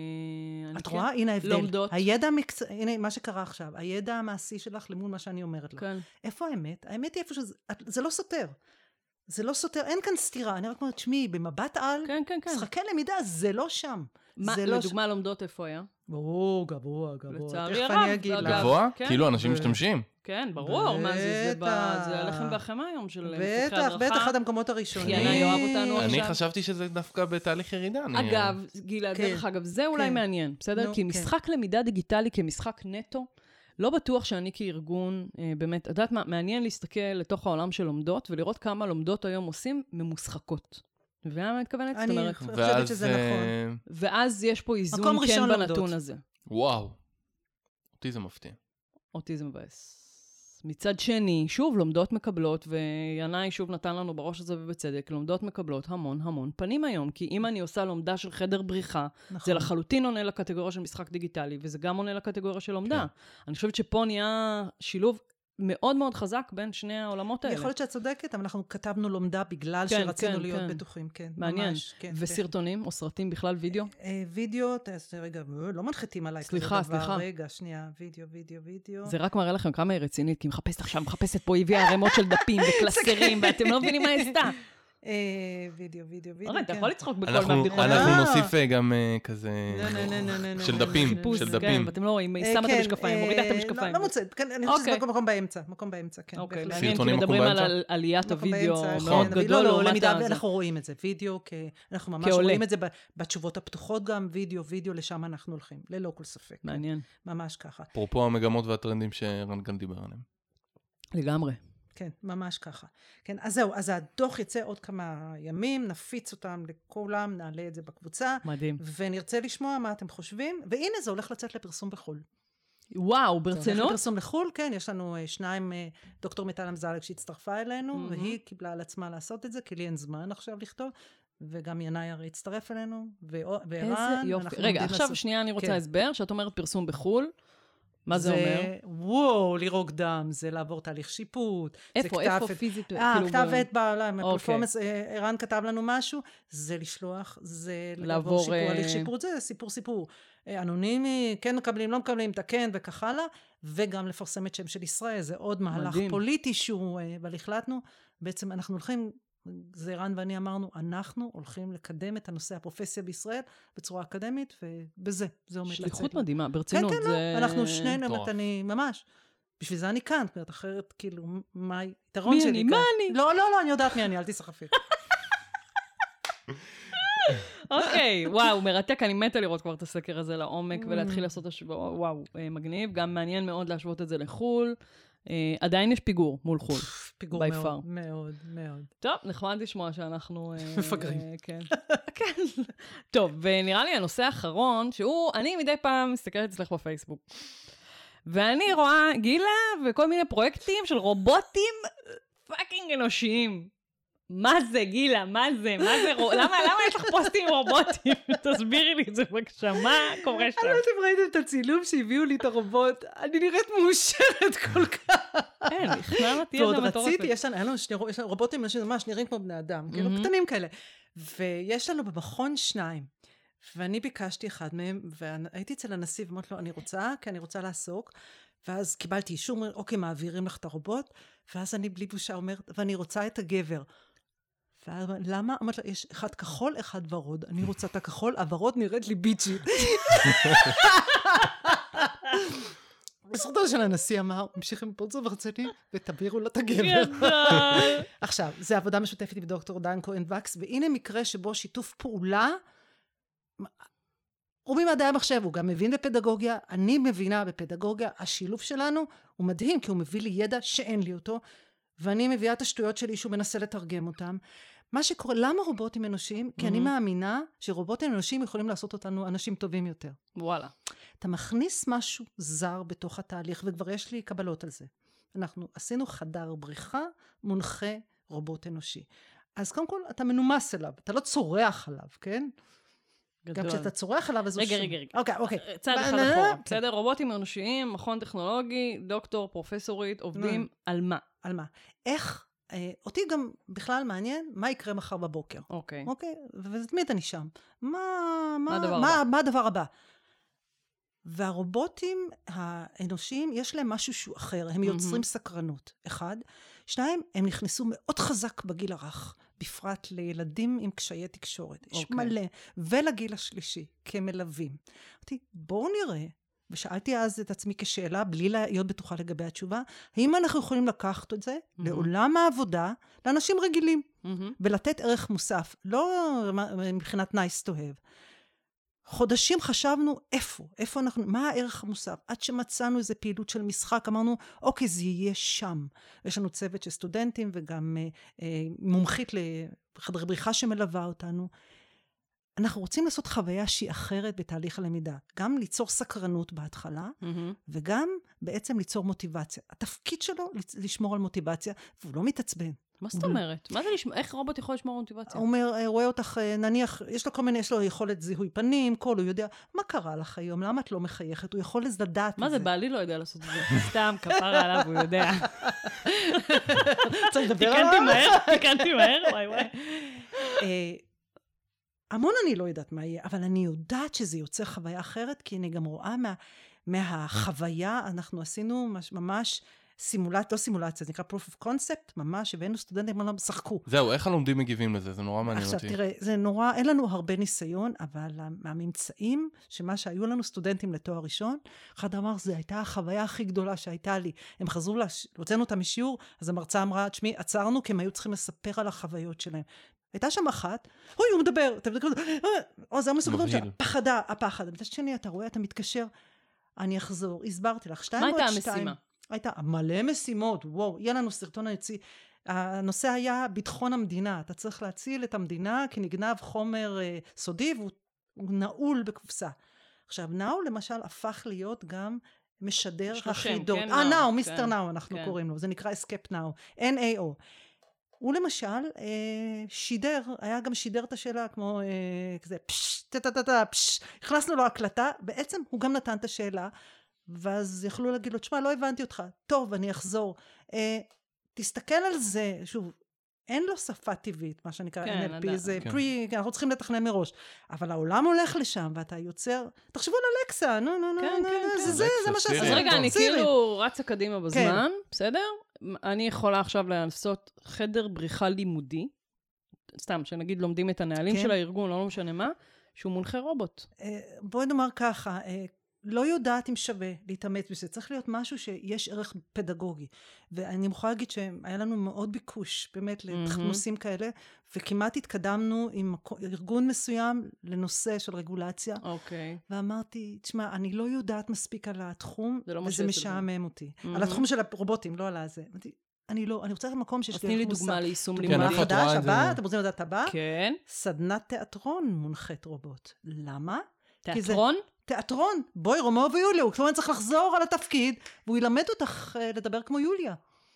את רואה? הנה ההבדל. הידע המקצוע, הנה מה שקרה עכשיו, הידע המעשי שלך למול מה שאני אומרת לך. איפה האמת? האמת היא איפה שזה, זה לא סותר. זה לא סותר, אין כאן סתירה. אני רק אומרת, שמי, במבט על, משחקי למידה, זה לא שם. לדוגמה לומדות איפה היה? ברור, גבוה, גבוה. לצערי הרב. גבוה? כאילו אנשים משתמשים. כן, ברור, מה זה, זה הלחם והחמאה היום של מפתחי הדרכה. בטח, בטח, אחד המקומות הראשונים. חיינה יואב אותנו עכשיו. אני חשבתי שזה דווקא בתהליך ירידה. אגב, גילה, דרך אגב, זה אולי מעניין, בסדר? כי משחק למידה דיגיטלי כמשחק נטו, לא בטוח שאני כארגון, באמת, יודעת מה, מעניין להסתכל לתוך העולם של לומדות, ולראות כמה לומדות היום עושים ממושחקות. ומה אני מתכוונת? אני חושבת שזה נכון. ואז יש פה איזון כן בנתון הזה. וואו. אותי זה מפתיע. אותי זה מבאס. מצד שני, שוב, לומדות מקבלות, וינאי שוב נתן לנו בראש הזה ובצדק, לומדות מקבלות המון המון פנים היום, כי אם אני עושה לומדה של חדר בריחה, נכון. זה לחלוטין עונה לקטגוריה של משחק דיגיטלי, וזה גם עונה לקטגוריה של לומדה. כן. אני חושבת שפה נהיה שילוב מאוד מאוד חזק בין שני העולמות האלה. יכול להיות שאת צודקת, אבל אנחנו כתבנו לומדה בגלל כן, שרצינו כן, להיות כן. בטוחים. כן, מעניין. ממש, כן, וסרטונים או סרטים בכלל וידאו? אה, וידאו, רגע, לא מנחתים עליי סליחה, כזה דבר. סליחה. רגע, שנייה, וידאו, וידאו, וידאו. זה רק מראה לכם כמה היא רצינית, כי מחפשת עכשיו, מחפשת פה, הביאה ערימות של דפים וקלסרים, ואתם לא מבינים מה עשתה. וידאו, וידאו, וידאו. אורן, אתה יכול לצחוק בכל מהבדיחות. אנחנו נוסיף גם כזה של דפים, של דפים. ואתם לא רואים, היא שמה את המשקפיים, מורידה את המשקפיים. לא מוצאת, אני חושבת שזה מקום באמצע, מקום באמצע, כן. אוקיי, מעניין, כי מדברים על עליית הוידאו מאוד גדול. לא, לא, למידה, אנחנו רואים את זה, וידאו, אנחנו ממש רואים את זה בתשובות הפתוחות גם, וידאו, וידאו, לשם אנחנו הולכים, ללא כל ספק. מעניין. ממש ככה. אפרופו המגמות והטרנדים שרנגן דיבר עליהם. לגמרי. כן, ממש ככה. כן, אז זהו, אז הדוח יצא עוד כמה ימים, נפיץ אותם לכולם, נעלה את זה בקבוצה. מדהים. ונרצה לשמוע מה אתם חושבים, והנה זה הולך לצאת לפרסום בחול. וואו, ברצינות? זה הולך לפרסום לחול, כן, יש לנו שניים, דוקטור מיטל אמזלג שהצטרפה אלינו, mm-hmm. והיא קיבלה על עצמה לעשות את זה, כי לי אין זמן עכשיו לכתוב, וגם ינאי הרי הצטרף אלינו, וערן. איזה יופי. רגע, עכשיו לעשות... שנייה אני רוצה כן. הסבר, שאת אומרת פרסום בחול, מה זה אומר? וואו, לירוק דם, זה לעבור תהליך שיפוט. איפה, איפה פיזית? אה, כתב עת בעולם, הפרפורמנס, ערן כתב לנו משהו, זה לשלוח, זה לעבור שיפור, הליך שיפוט, זה סיפור סיפור. אנונימי, כן מקבלים, לא מקבלים, תקן וכך הלאה, וגם לפרסם את שם של ישראל, זה עוד מהלך פוליטי שהוא, אבל החלטנו, בעצם אנחנו הולכים, זה ערן ואני אמרנו, אנחנו הולכים לקדם את הנושא הפרופסיה בישראל בצורה אקדמית, ובזה, זה עומד לצאת. שליחות מדהימה, ברצינות. כן, כן, לא, אנחנו שנינו, אני ממש, בשביל זה אני כאן, זאת אחרת, כאילו, מה היתרון שלי כאן? מי אני? מה אני? לא, לא, לא, אני יודעת מי אני, אל תסחפי. אוקיי, וואו, מרתק, אני מתה לראות כבר את הסקר הזה לעומק, ולהתחיל לעשות השוואה, וואו, מגניב, גם מעניין מאוד להשוות את זה לחול. עדיין יש פיגור מול חול. פיגור מאוד, מאוד, מאוד. טוב, נחמד לשמוע שאנחנו... מפגרים. כן. כן. טוב, ונראה לי הנושא האחרון, שהוא, אני מדי פעם מסתכלת אצלך בפייסבוק, ואני רואה גילה וכל מיני פרויקטים של רובוטים פאקינג אנושיים. מה זה, גילה? מה זה? מה זה? למה, למה יש לך פוסטים רובוטים? תסבירי לי את זה בבקשה, מה קורה שם? אני לא אתם ראיתם את הצילום שהביאו לי את הרובוט, אני נראית מאושרת כל כך. כן, נכנעתי את זה מטורפת. ועוד רציתי, יש לנו רובוטים ממש נראים כמו בני אדם, כאילו קטנים כאלה. ויש לנו במכון שניים, ואני ביקשתי אחד מהם, והייתי אצל הנשיא ואמרתי לו, אני רוצה, כי אני רוצה לעסוק, ואז קיבלתי אישור, אוקיי, מעבירים לך את הרובוט, ואז אני בלי בושה אומרת, ואני רוצה את הגבר. למה? אמרת לה, יש אחד כחול, אחד ורוד. אני רוצה את הכחול, הוורוד נראית לי ביצ'ית. בסרטו של הנשיא אמר, המשיך עם פרצוף הרצני, ותבירו לו את הגבר. עכשיו, זה עבודה משותפת עם דוקטור דן כהן וקס, והנה מקרה שבו שיתוף פעולה, הוא ממדעי המחשב, הוא גם מבין בפדגוגיה, אני מבינה בפדגוגיה, השילוב שלנו הוא מדהים, כי הוא מביא לי ידע שאין לי אותו, ואני מביאה את השטויות שלי שהוא מנסה לתרגם אותם. מה שקורה, למה רובוטים אנושיים? כי אני מאמינה שרובוטים אנושיים יכולים לעשות אותנו אנשים טובים יותר. וואלה. אתה מכניס משהו זר בתוך התהליך, וכבר יש לי קבלות על זה. אנחנו עשינו חדר בריחה, מונחה רובוט אנושי. אז קודם כל, אתה מנומס אליו, אתה לא צורח עליו, כן? גדול. גם כשאתה צורח עליו, אז הוא רגע, שום. רגע, רגע. אוקיי, אוקיי. צעד אחד אחורה. בסדר, רובוטים אנושיים, מכון טכנולוגי, דוקטור, פרופסורית, עובדים על מה? על מה? איך, אה, אותי גם בכלל מעניין, מה יקרה מחר בבוקר. אוקיי. אוקיי? ותמיד אני שם. מה, מה מה, הדבר מה, הבא? מה הדבר הבא? והרובוטים האנושיים, יש להם משהו שהוא אחר. הם יוצרים סקרנות. אחד. שניים, הם נכנסו מאוד חזק בגיל הרך. בפרט לילדים עם קשיי תקשורת. יש okay. מלא. ולגיל השלישי, כמלווים. אמרתי, בואו נראה, ושאלתי אז את עצמי כשאלה, בלי להיות בטוחה לגבי התשובה, האם אנחנו יכולים לקחת את זה mm-hmm. לעולם העבודה, לאנשים רגילים, mm-hmm. ולתת ערך מוסף, לא מבחינת nice to have. חודשים חשבנו איפה, איפה אנחנו, מה הערך המוסף? עד שמצאנו איזו פעילות של משחק, אמרנו, אוקיי, זה יהיה שם. יש לנו צוות של סטודנטים וגם אה, אה, מומחית לחדר בריחה שמלווה אותנו. אנחנו רוצים לעשות חוויה שהיא אחרת בתהליך הלמידה. גם ליצור סקרנות בהתחלה, mm-hmm. וגם בעצם ליצור מוטיבציה. התפקיד שלו לשמור על מוטיבציה, והוא לא מתעצבן. מה זאת אומרת? מה זה לשמור? איך רובוט יכול לשמור על מוטיבציה? הוא אומר, רואה אותך, נניח, יש לו כל מיני, יש לו יכולת זיהוי פנים, קול, הוא יודע, מה קרה לך היום? למה את לא מחייכת? הוא יכול לדעת את זה. מה זה? בעלי לא יודע לעשות את זה. סתם, כפרה עליו, הוא יודע. צריך לדבר עליו? תיקנתי מהר, תיקנתי מהר, וואי וואי. המון אני לא יודעת מה יהיה, אבל אני יודעת שזה יוצר חוויה אחרת, כי אני גם רואה מה, מהחוויה, אנחנו עשינו ממש סימולציה, לא סימולציה, זה נקרא proof of concept, ממש, הבאנו סטודנטים, לא שחקו. זהו, איך הלומדים מגיבים לזה? זה נורא מעניין אותי. עכשיו, תראה, זה נורא, אין לנו הרבה ניסיון, אבל הממצאים, שמה שהיו לנו סטודנטים לתואר ראשון, אחד אמר, זה הייתה החוויה הכי גדולה שהייתה לי. הם חזרו, הוצאנו אותם משיעור, אז המרצה אמרה, תשמעי, עצרנו, כי הם היו צריכים לספר על החוויות שלהם. הייתה שם אחת, אוי, הוא מדבר, או, זה המסוגלות שלה, פחדה, הפחד. מצד שני, אתה רואה, אתה מתקשר, אני אחזור, הסברתי לך, שתיים מה הייתה המשימה? הייתה מלא משימות, וואו, יהיה לנו סרטון היציא. הנושא היה ביטחון המדינה, אתה צריך להציל את המדינה, כי נגנב חומר אה, סודי, והוא נעול בקופסה. עכשיו, נאו למשל הפך להיות גם משדר החידות. כן, אה, נאו, מיסטר נאו, אנחנו כן. קוראים לו, זה נקרא אסקפ נאו, אן איי או. הוא למשל אה, שידר, היה גם שידר את השאלה כמו אה, כזה, פש, טה טה טה טה, פש, הכנסנו לו הקלטה, בעצם הוא גם נתן את השאלה, ואז יכלו להגיד לו, תשמע, לא הבנתי אותך, טוב, אני אחזור. אה, תסתכל על זה, שוב, אין לו שפה טבעית, מה שנקרא כן, אן אל פי, זה כן. פרי, אנחנו צריכים לתכנן מראש. אבל העולם הולך לשם, ואתה יוצר, תחשבו על אלקסה, נו, נו, נו, כן, נו, כן, נו, כן. זה, זה, זה מה שעשה. אז רגע, אני כאילו רצה קדימה בזמן, בסדר? אני יכולה עכשיו לעשות חדר בריחה לימודי, סתם, שנגיד לומדים את הנהלים של הארגון, לא משנה מה, שהוא מונחה רובוט. בואי נאמר ככה, לא יודעת אם שווה להתאמץ בזה, צריך להיות משהו שיש ערך פדגוגי, ואני מוכרחה להגיד שהיה לנו מאוד ביקוש, באמת, לנושאים כאלה, וכמעט התקדמנו עם ארגון מסוים לנושא של רגולציה, אוקיי. ואמרתי, תשמע, אני לא יודעת מספיק על התחום, לא וזה משעמם אותי. על התחום של הרובוטים, לא על הזה. אני לא, אני רוצה מקום שיש לי מושג. דוגמה ליישום לימודי. דוגמה חדש, הבא, אתם רוצים לדעת הבא? כן. סדנת תיאטרון מונחת רובוט. למה? תיאטרון? תיאטרון. בואי, רומאו ויוליה, הוא כלומר צריך לחזור על התפקיד, והוא ילמד אותך לדבר כמו יוליה.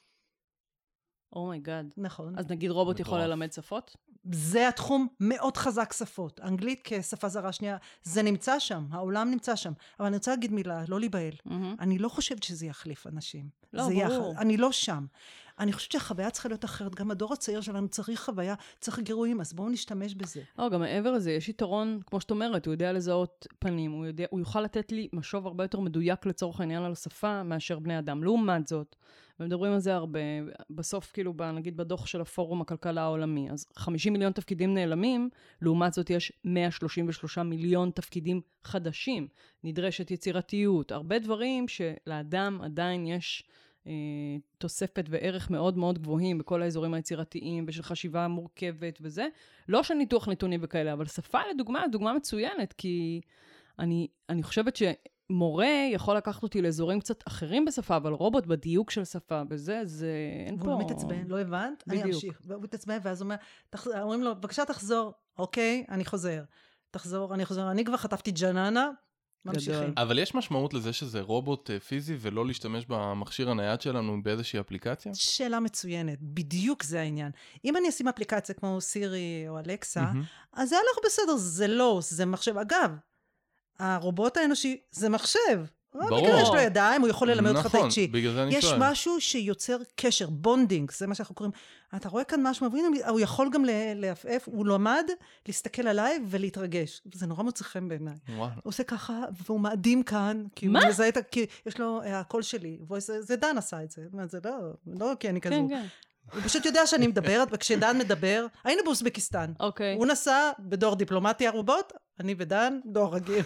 אומייגאד. נכון. אז נגיד רובוט יכול ללמד שפות? זה התחום מאוד חזק שפות. אנגלית כשפה זרה שנייה, זה נמצא שם, העולם נמצא שם. אבל אני רוצה להגיד מילה, לא להיבהל. אני לא חושבת שזה יחליף אנשים. לא, ברור. אני לא שם. אני חושבת שהחוויה צריכה להיות אחרת. גם הדור הצעיר שלנו צריך חוויה, צריך גירויים, אז בואו נשתמש בזה. או, גם מעבר לזה, יש יתרון, כמו שאת אומרת, הוא יודע לזהות פנים, הוא, יודע, הוא יוכל לתת לי משוב הרבה יותר מדויק לצורך העניין על השפה, מאשר בני אדם. לעומת זאת, ומדברים על זה הרבה, בסוף, כאילו, נגיד בדוח של הפורום הכלכלה העולמי, אז חמישים מיליון תפקידים נעלמים, לעומת זאת יש מאה שלושים ושלושה מיליון תפקידים חדשים. נדרשת יצירתיות, הרבה דברים שלאדם עדיין יש אה, תוספת וערך מאוד מאוד גבוהים בכל האזורים היצירתיים, ושל חשיבה מורכבת וזה. לא של ניתוח נתונים וכאלה, אבל שפה לדוגמה, דוגמה מצוינת, כי אני, אני חושבת ש... מורה יכול לקחת אותי לאזורים קצת אחרים בשפה, אבל רובוט בדיוק של שפה, בזה, זה אין פה... והוא לא מתעצבן, לא הבנת? אני אמשיך. והוא מתעצבן, ואז אומרים לו, בבקשה תחזור, אוקיי, אני חוזר. תחזור, אני חוזר, אני כבר חטפתי ג'ננה, ממשיכים. אבל יש משמעות לזה שזה רובוט פיזי, ולא להשתמש במכשיר הנייד שלנו באיזושהי אפליקציה? שאלה מצוינת, בדיוק זה העניין. אם אני אשים אפליקציה כמו סירי או אלקסה, אז זה הלך בסדר, זה לא, זה מחשב. אגב, הרובוט האנושי זה מחשב. ברור. בגלל יש לו ידיים, הוא יכול ללמד אותך נכון, טייצ'י. בגלל זה אני יש שואל. משהו שיוצר קשר, בונדינג, זה מה שאנחנו קוראים. אתה רואה כאן משהו, הוא יכול גם להפעף, הוא למד להסתכל עליי ולהתרגש. זה נורא מוצא חן בעיניי. הוא עושה ככה, והוא מאדים כאן, כי הוא מזהה את, כי יש לו הקול שלי, זה דן עשה את זה. זה לא, לא כי אני כזו. כן, כן. הוא פשוט יודע שאני מדברת, וכשדן מדבר, היינו באוסבקיסטן. אוקיי. הוא נסע בדור דיפלומטי הרובוט, אני ודן, דור רגיל.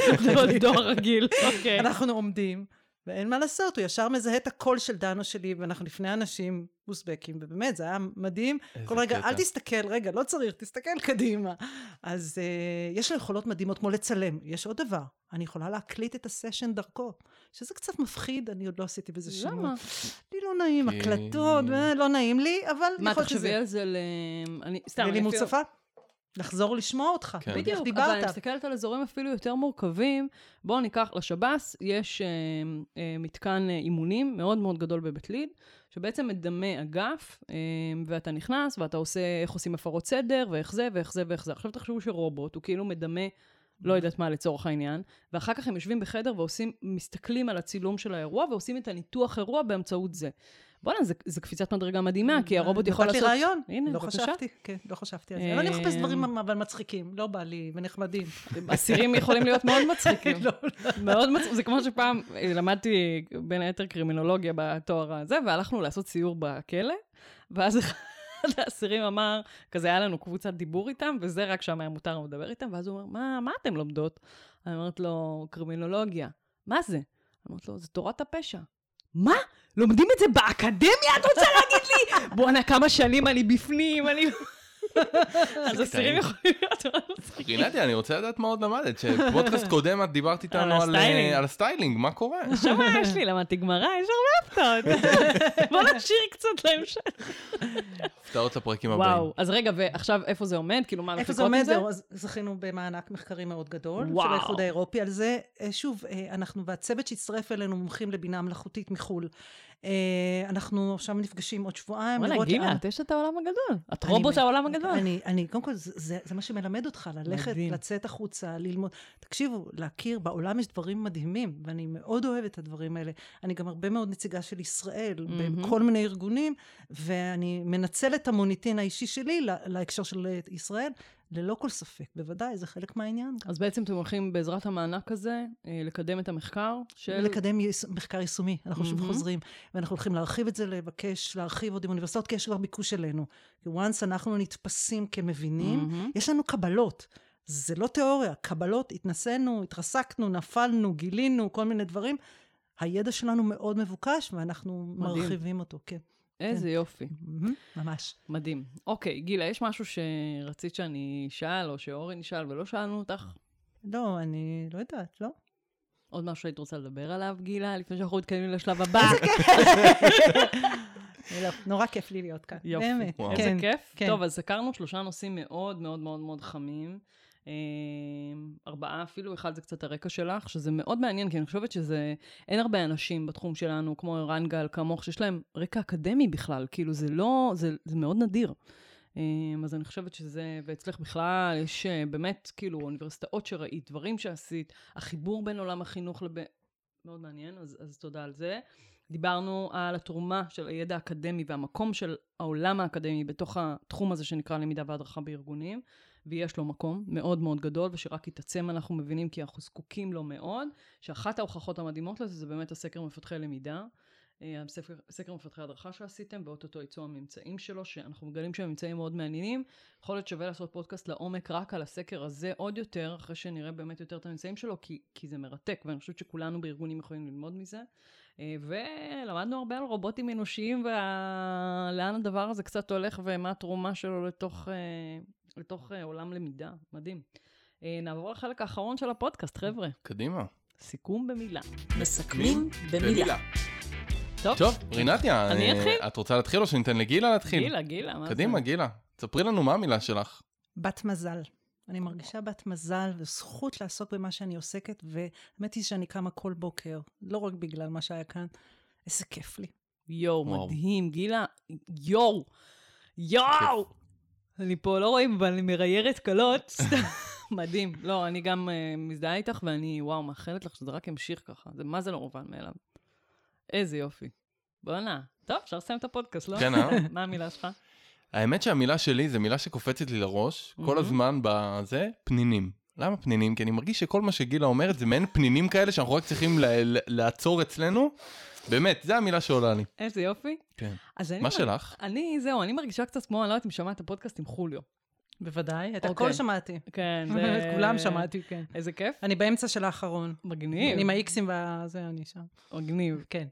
דור רגיל, אוקיי. אנחנו עומדים, ואין מה לעשות, הוא ישר מזהה את הקול של דן או שלי, ואנחנו לפני אנשים אוסבקים, ובאמת, זה היה מדהים. כל רגע, אל תסתכל, רגע, לא צריך, תסתכל קדימה. אז uh, יש לו יכולות מדהימות, כמו לצלם. יש עוד דבר, אני יכולה להקליט את הסשן דרכו, שזה קצת מפחיד, אני עוד לא עשיתי בזה שימוש. למה? לי לא נעים, הקלטות, לא נעים לי, אבל... מה, תחשבי על זה ל... ללימוד שפה? לחזור לשמוע אותך. כן. בדיוק, אבל אני מסתכלת על אזורים אפילו יותר מורכבים. בואו ניקח, לשב"ס יש אה, אה, מתקן אה, אימונים מאוד מאוד גדול בבית ליד, שבעצם מדמה אגף, אה, ואתה נכנס, ואתה עושה איך עושים הפרות סדר, ואיך זה, ואיך זה, ואיך זה. עכשיו תחשבו שרובוט, הוא כאילו מדמה, לא יודעת מה לצורך העניין, ואחר כך הם יושבים בחדר ועושים, מסתכלים על הצילום של האירוע, ועושים את הניתוח אירוע באמצעות זה. בוא'נה, זה קפיצת מדרגה מדהימה, כי הרובוט יכול לעשות... נתת לי רעיון, הנה, לא חשבתי, כן, לא חשבתי על זה. אני מחפש דברים אבל מצחיקים, לא בא לי, ונחמדים. אסירים יכולים להיות מאוד מצחיקים. מאוד מצחיקים, זה כמו שפעם למדתי בין היתר קרימינולוגיה בתואר הזה, והלכנו לעשות סיור בכלא, ואז אחד האסירים אמר, כזה היה לנו קבוצת דיבור איתם, וזה רק שם היה מותר לדבר איתם, ואז הוא אומר, מה אתם לומדות? אני אומרת לו, קרימינולוגיה. מה זה? אני אומרת לו, זה תורת הפשע. מה? לומדים את זה באקדמיה? את רוצה להגיד לי? בוא'נה, כמה שנים אני בפנים, אני... אז הסירים יכולים להיות מאוד מצחיקים. רינתי, אני רוצה לדעת מה עוד למדת, שבפודקאסט קודם את דיברת איתנו על הסטיילינג, מה קורה? שמה יש לי, למדתי גמרא, יש הרבה הפתעות. בוא נשאיר קצת להמשך. הפתעות לפרקים הבאים. וואו, אז רגע, ועכשיו איפה זה עומד? כאילו מה איפה זה עומד? זהו, אז זכינו במענק מחקרי מאוד גדול, של האיחוד האירופי על זה. שוב, אנחנו והצוות שהצטרף אלינו מומחים לבינה מלאכותית מחול. אנחנו עכשיו נפגשים עוד שבועיים. וואלה, גילה, את יש את העולם הגדול. את רובוט העולם הגדול. אני, קודם כל, זה מה שמלמד אותך, ללכת, לצאת החוצה, ללמוד. תקשיבו, להכיר, בעולם יש דברים מדהימים, ואני מאוד אוהבת את הדברים האלה. אני גם הרבה מאוד נציגה של ישראל, בכל מיני ארגונים, ואני מנצלת את המוניטין האישי שלי להקשר של ישראל, ללא כל ספק, בוודאי, זה חלק מהעניין. אז בעצם אתם הולכים בעזרת המענק הזה, לקדם את המחקר של... לקדם מחקר יישומי, אנחנו שוב חוזרים, ואנחנו הולכים להרחיב את זה, לבקש, להרחיב עוד עם אוניברסיטאות, כי יש כבר ביקוש אלינו. כי once אנחנו נתפסים כמבינים, יש לנו קבלות. זה לא תיאוריה, קבלות, התנסינו, התרסקנו, נפלנו, גילינו, כל מיני דברים. הידע שלנו מאוד מבוקש, ואנחנו מרחיבים אותו, כן. איזה יופי. ממש. מדהים. אוקיי, גילה, יש משהו שרצית שאני שאל, או שאורי נשאל, ולא שאלנו אותך? לא, אני לא יודעת, לא? עוד משהו שהיית רוצה לדבר עליו, גילה, לפני שאנחנו מתקדמים לשלב הבא? נורא כיף לי להיות כאן. יופי. איזה כיף. טוב, אז סקרנו שלושה נושאים מאוד מאוד מאוד מאוד חמים. ארבעה אפילו, אחד זה קצת הרקע שלך, שזה מאוד מעניין, כי אני חושבת שזה, אין הרבה אנשים בתחום שלנו, כמו ערן גל, כמוך, שיש להם רקע אקדמי בכלל, כאילו זה לא, זה, זה מאוד נדיר. אז אני חושבת שזה, ואצלך בכלל, יש באמת, כאילו, אוניברסיטאות שראית, דברים שעשית, החיבור בין עולם החינוך לבין, מאוד מעניין, אז, אז תודה על זה. דיברנו על התרומה של הידע האקדמי, והמקום של העולם האקדמי, בתוך התחום הזה שנקרא למידה והדרכה בארגונים, ויש לו מקום מאוד מאוד גדול, ושרק יתעצם אנחנו מבינים, כי אנחנו זקוקים לו מאוד, שאחת ההוכחות המדהימות לזה, זה באמת הסקר מפתחי למידה, הסקר, הסקר מפתחי הדרכה שעשיתם, באוטוטו יצאו הממצאים שלו, שאנחנו מגלים שהממצאים מאוד מעניינים, יכול להיות שווה לעשות פודקאסט לעומק רק על הסקר הזה עוד יותר, אחרי שנראה באמת יותר את הממצאים שלו, כי, כי זה מרתק, ואני חושבת שכולנו בארגונים יכולים ללמוד מזה, ולמדנו הרבה על רובוטים אנושיים, ולאן הדבר הזה קצת הולך, ומה התרומה שלו לתוך... לתוך עולם למידה, מדהים. נעבור לחלק האחרון של הפודקאסט, חבר'ה. קדימה. סיכום במילה. מסכמים במילה. טוב, טוב, רינתיה, אני אתחיל? את רוצה להתחיל או שניתן לגילה להתחיל? גילה, גילה, מה זה? קדימה, גילה. תספרי לנו מה המילה שלך. בת מזל. אני מרגישה בת מזל וזכות לעסוק במה שאני עוסקת, והאמת היא שאני קמה כל בוקר, לא רק בגלל מה שהיה כאן, איזה כיף לי. יואו, מדהים, גילה, יואו, יואו! אני פה לא רואים, אבל אני מריירת קלות. מדהים. לא, אני גם uh, מזדהה איתך, ואני, וואו, מאחלת לך שזה רק המשיך ככה. זה מה זה לא מובן מאליו. איזה יופי. בוא נע. טוב, אפשר לסיים את הפודקאסט, לא? כן, אה? מה המילה שלך? האמת שהמילה שלי זה מילה שקופצת לי לראש, כל הזמן בזה, פנינים. למה פנינים? כי אני מרגיש שכל מה שגילה אומרת זה מעין פנינים כאלה שאנחנו רק צריכים לעצור אצלנו. באמת, זו המילה שעולה לי. איזה יופי. כן. מה שלך? אני, זהו, אני מרגישה קצת כמו, אני לא יודעת אם שמעת את הפודקאסט עם חוליו. בוודאי, את הכל שמעתי. כן. את כולם שמעתי, כן. איזה כיף. אני באמצע של האחרון. מגניב. אני עם האיקסים וזה, אני שם. מגניב. כן.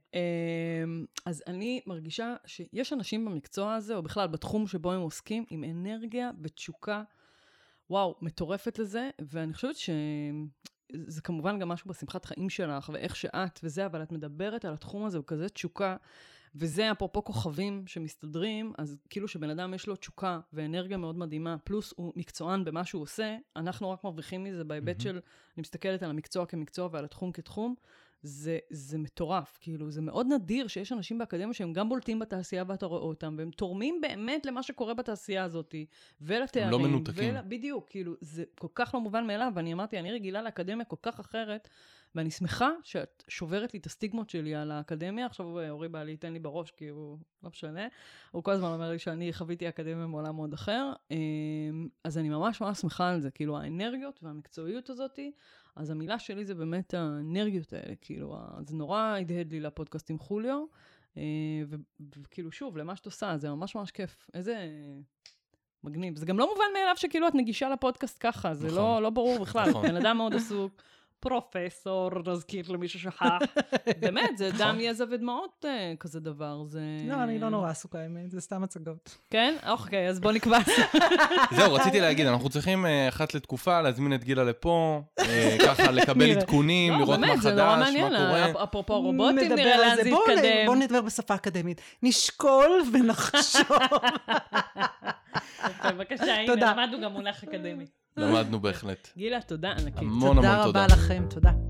אז אני מרגישה שיש אנשים במקצוע הזה, או בכלל בתחום שבו הם עוסקים, עם אנרגיה ותשוקה, וואו, מטורפת לזה, ואני חושבת ש... זה כמובן גם משהו בשמחת חיים שלך, ואיך שאת וזה, אבל את מדברת על התחום הזה, הוא כזה תשוקה, וזה אפרופו כוכבים שמסתדרים, אז כאילו שבן אדם יש לו תשוקה ואנרגיה מאוד מדהימה, פלוס הוא מקצוען במה שהוא עושה, אנחנו רק מרוויחים מזה בהיבט mm-hmm. של, אני מסתכלת על המקצוע כמקצוע ועל התחום כתחום, זה, זה מטורף, כאילו, זה מאוד נדיר שיש אנשים באקדמיה שהם גם בולטים בתעשייה ואתה רואה אותם, והם תורמים באמת למה שקורה בתעשייה הזאת, ולתארים. הם לא מנותקים. ול... בדיוק, כאילו, זה כל כך לא מובן מאליו, ואני אמרתי, אני רגילה לאקדמיה כל כך אחרת, ואני שמחה שאת שוברת לי את הסטיגמות שלי על האקדמיה, עכשיו אורי בעלי ייתן לי בראש, כי הוא לא משנה, הוא כל הזמן אומר לי שאני חוויתי אקדמיה מעולם מאוד אחר, אז אני ממש ממש שמחה על זה, כאילו, האנרגיות והמקצועיות הזאת, אז המילה שלי זה באמת האנרגיות האלה, כאילו, זה נורא הדהד לי לפודקאסט עם חוליו, וכאילו שוב, למה שאת עושה, זה ממש ממש כיף, איזה מגניב, זה גם לא מובן מאליו שכאילו את נגישה לפודקאסט ככה, זה לא, לא ברור בכלל, בן אדם מאוד עסוק, פרופסור, נזכיר למי ששכח, באמת, זה דם יזע ודמעות כזה דבר, זה... לא, אני לא נורא עסוקה, האמת, זה סתם הצגות. כן? אוקיי, אז בוא נקבע. זהו, רציתי להגיד, אנחנו צריכים אחת לתקופה להזמין את גילה לפה, ככה לקבל עדכונים, לראות מה חדש, מה קורה. אפרופו רובוטים, נראה לאן זה יתקדם. בואו נדבר בשפה אקדמית. נשקול ונחשוב. בבקשה, הנה, למדנו גם מונח אקדמי. למדנו בהחלט. גילה, תודה ענקית. המון המון תודה. תודה רבה לכם, תודה.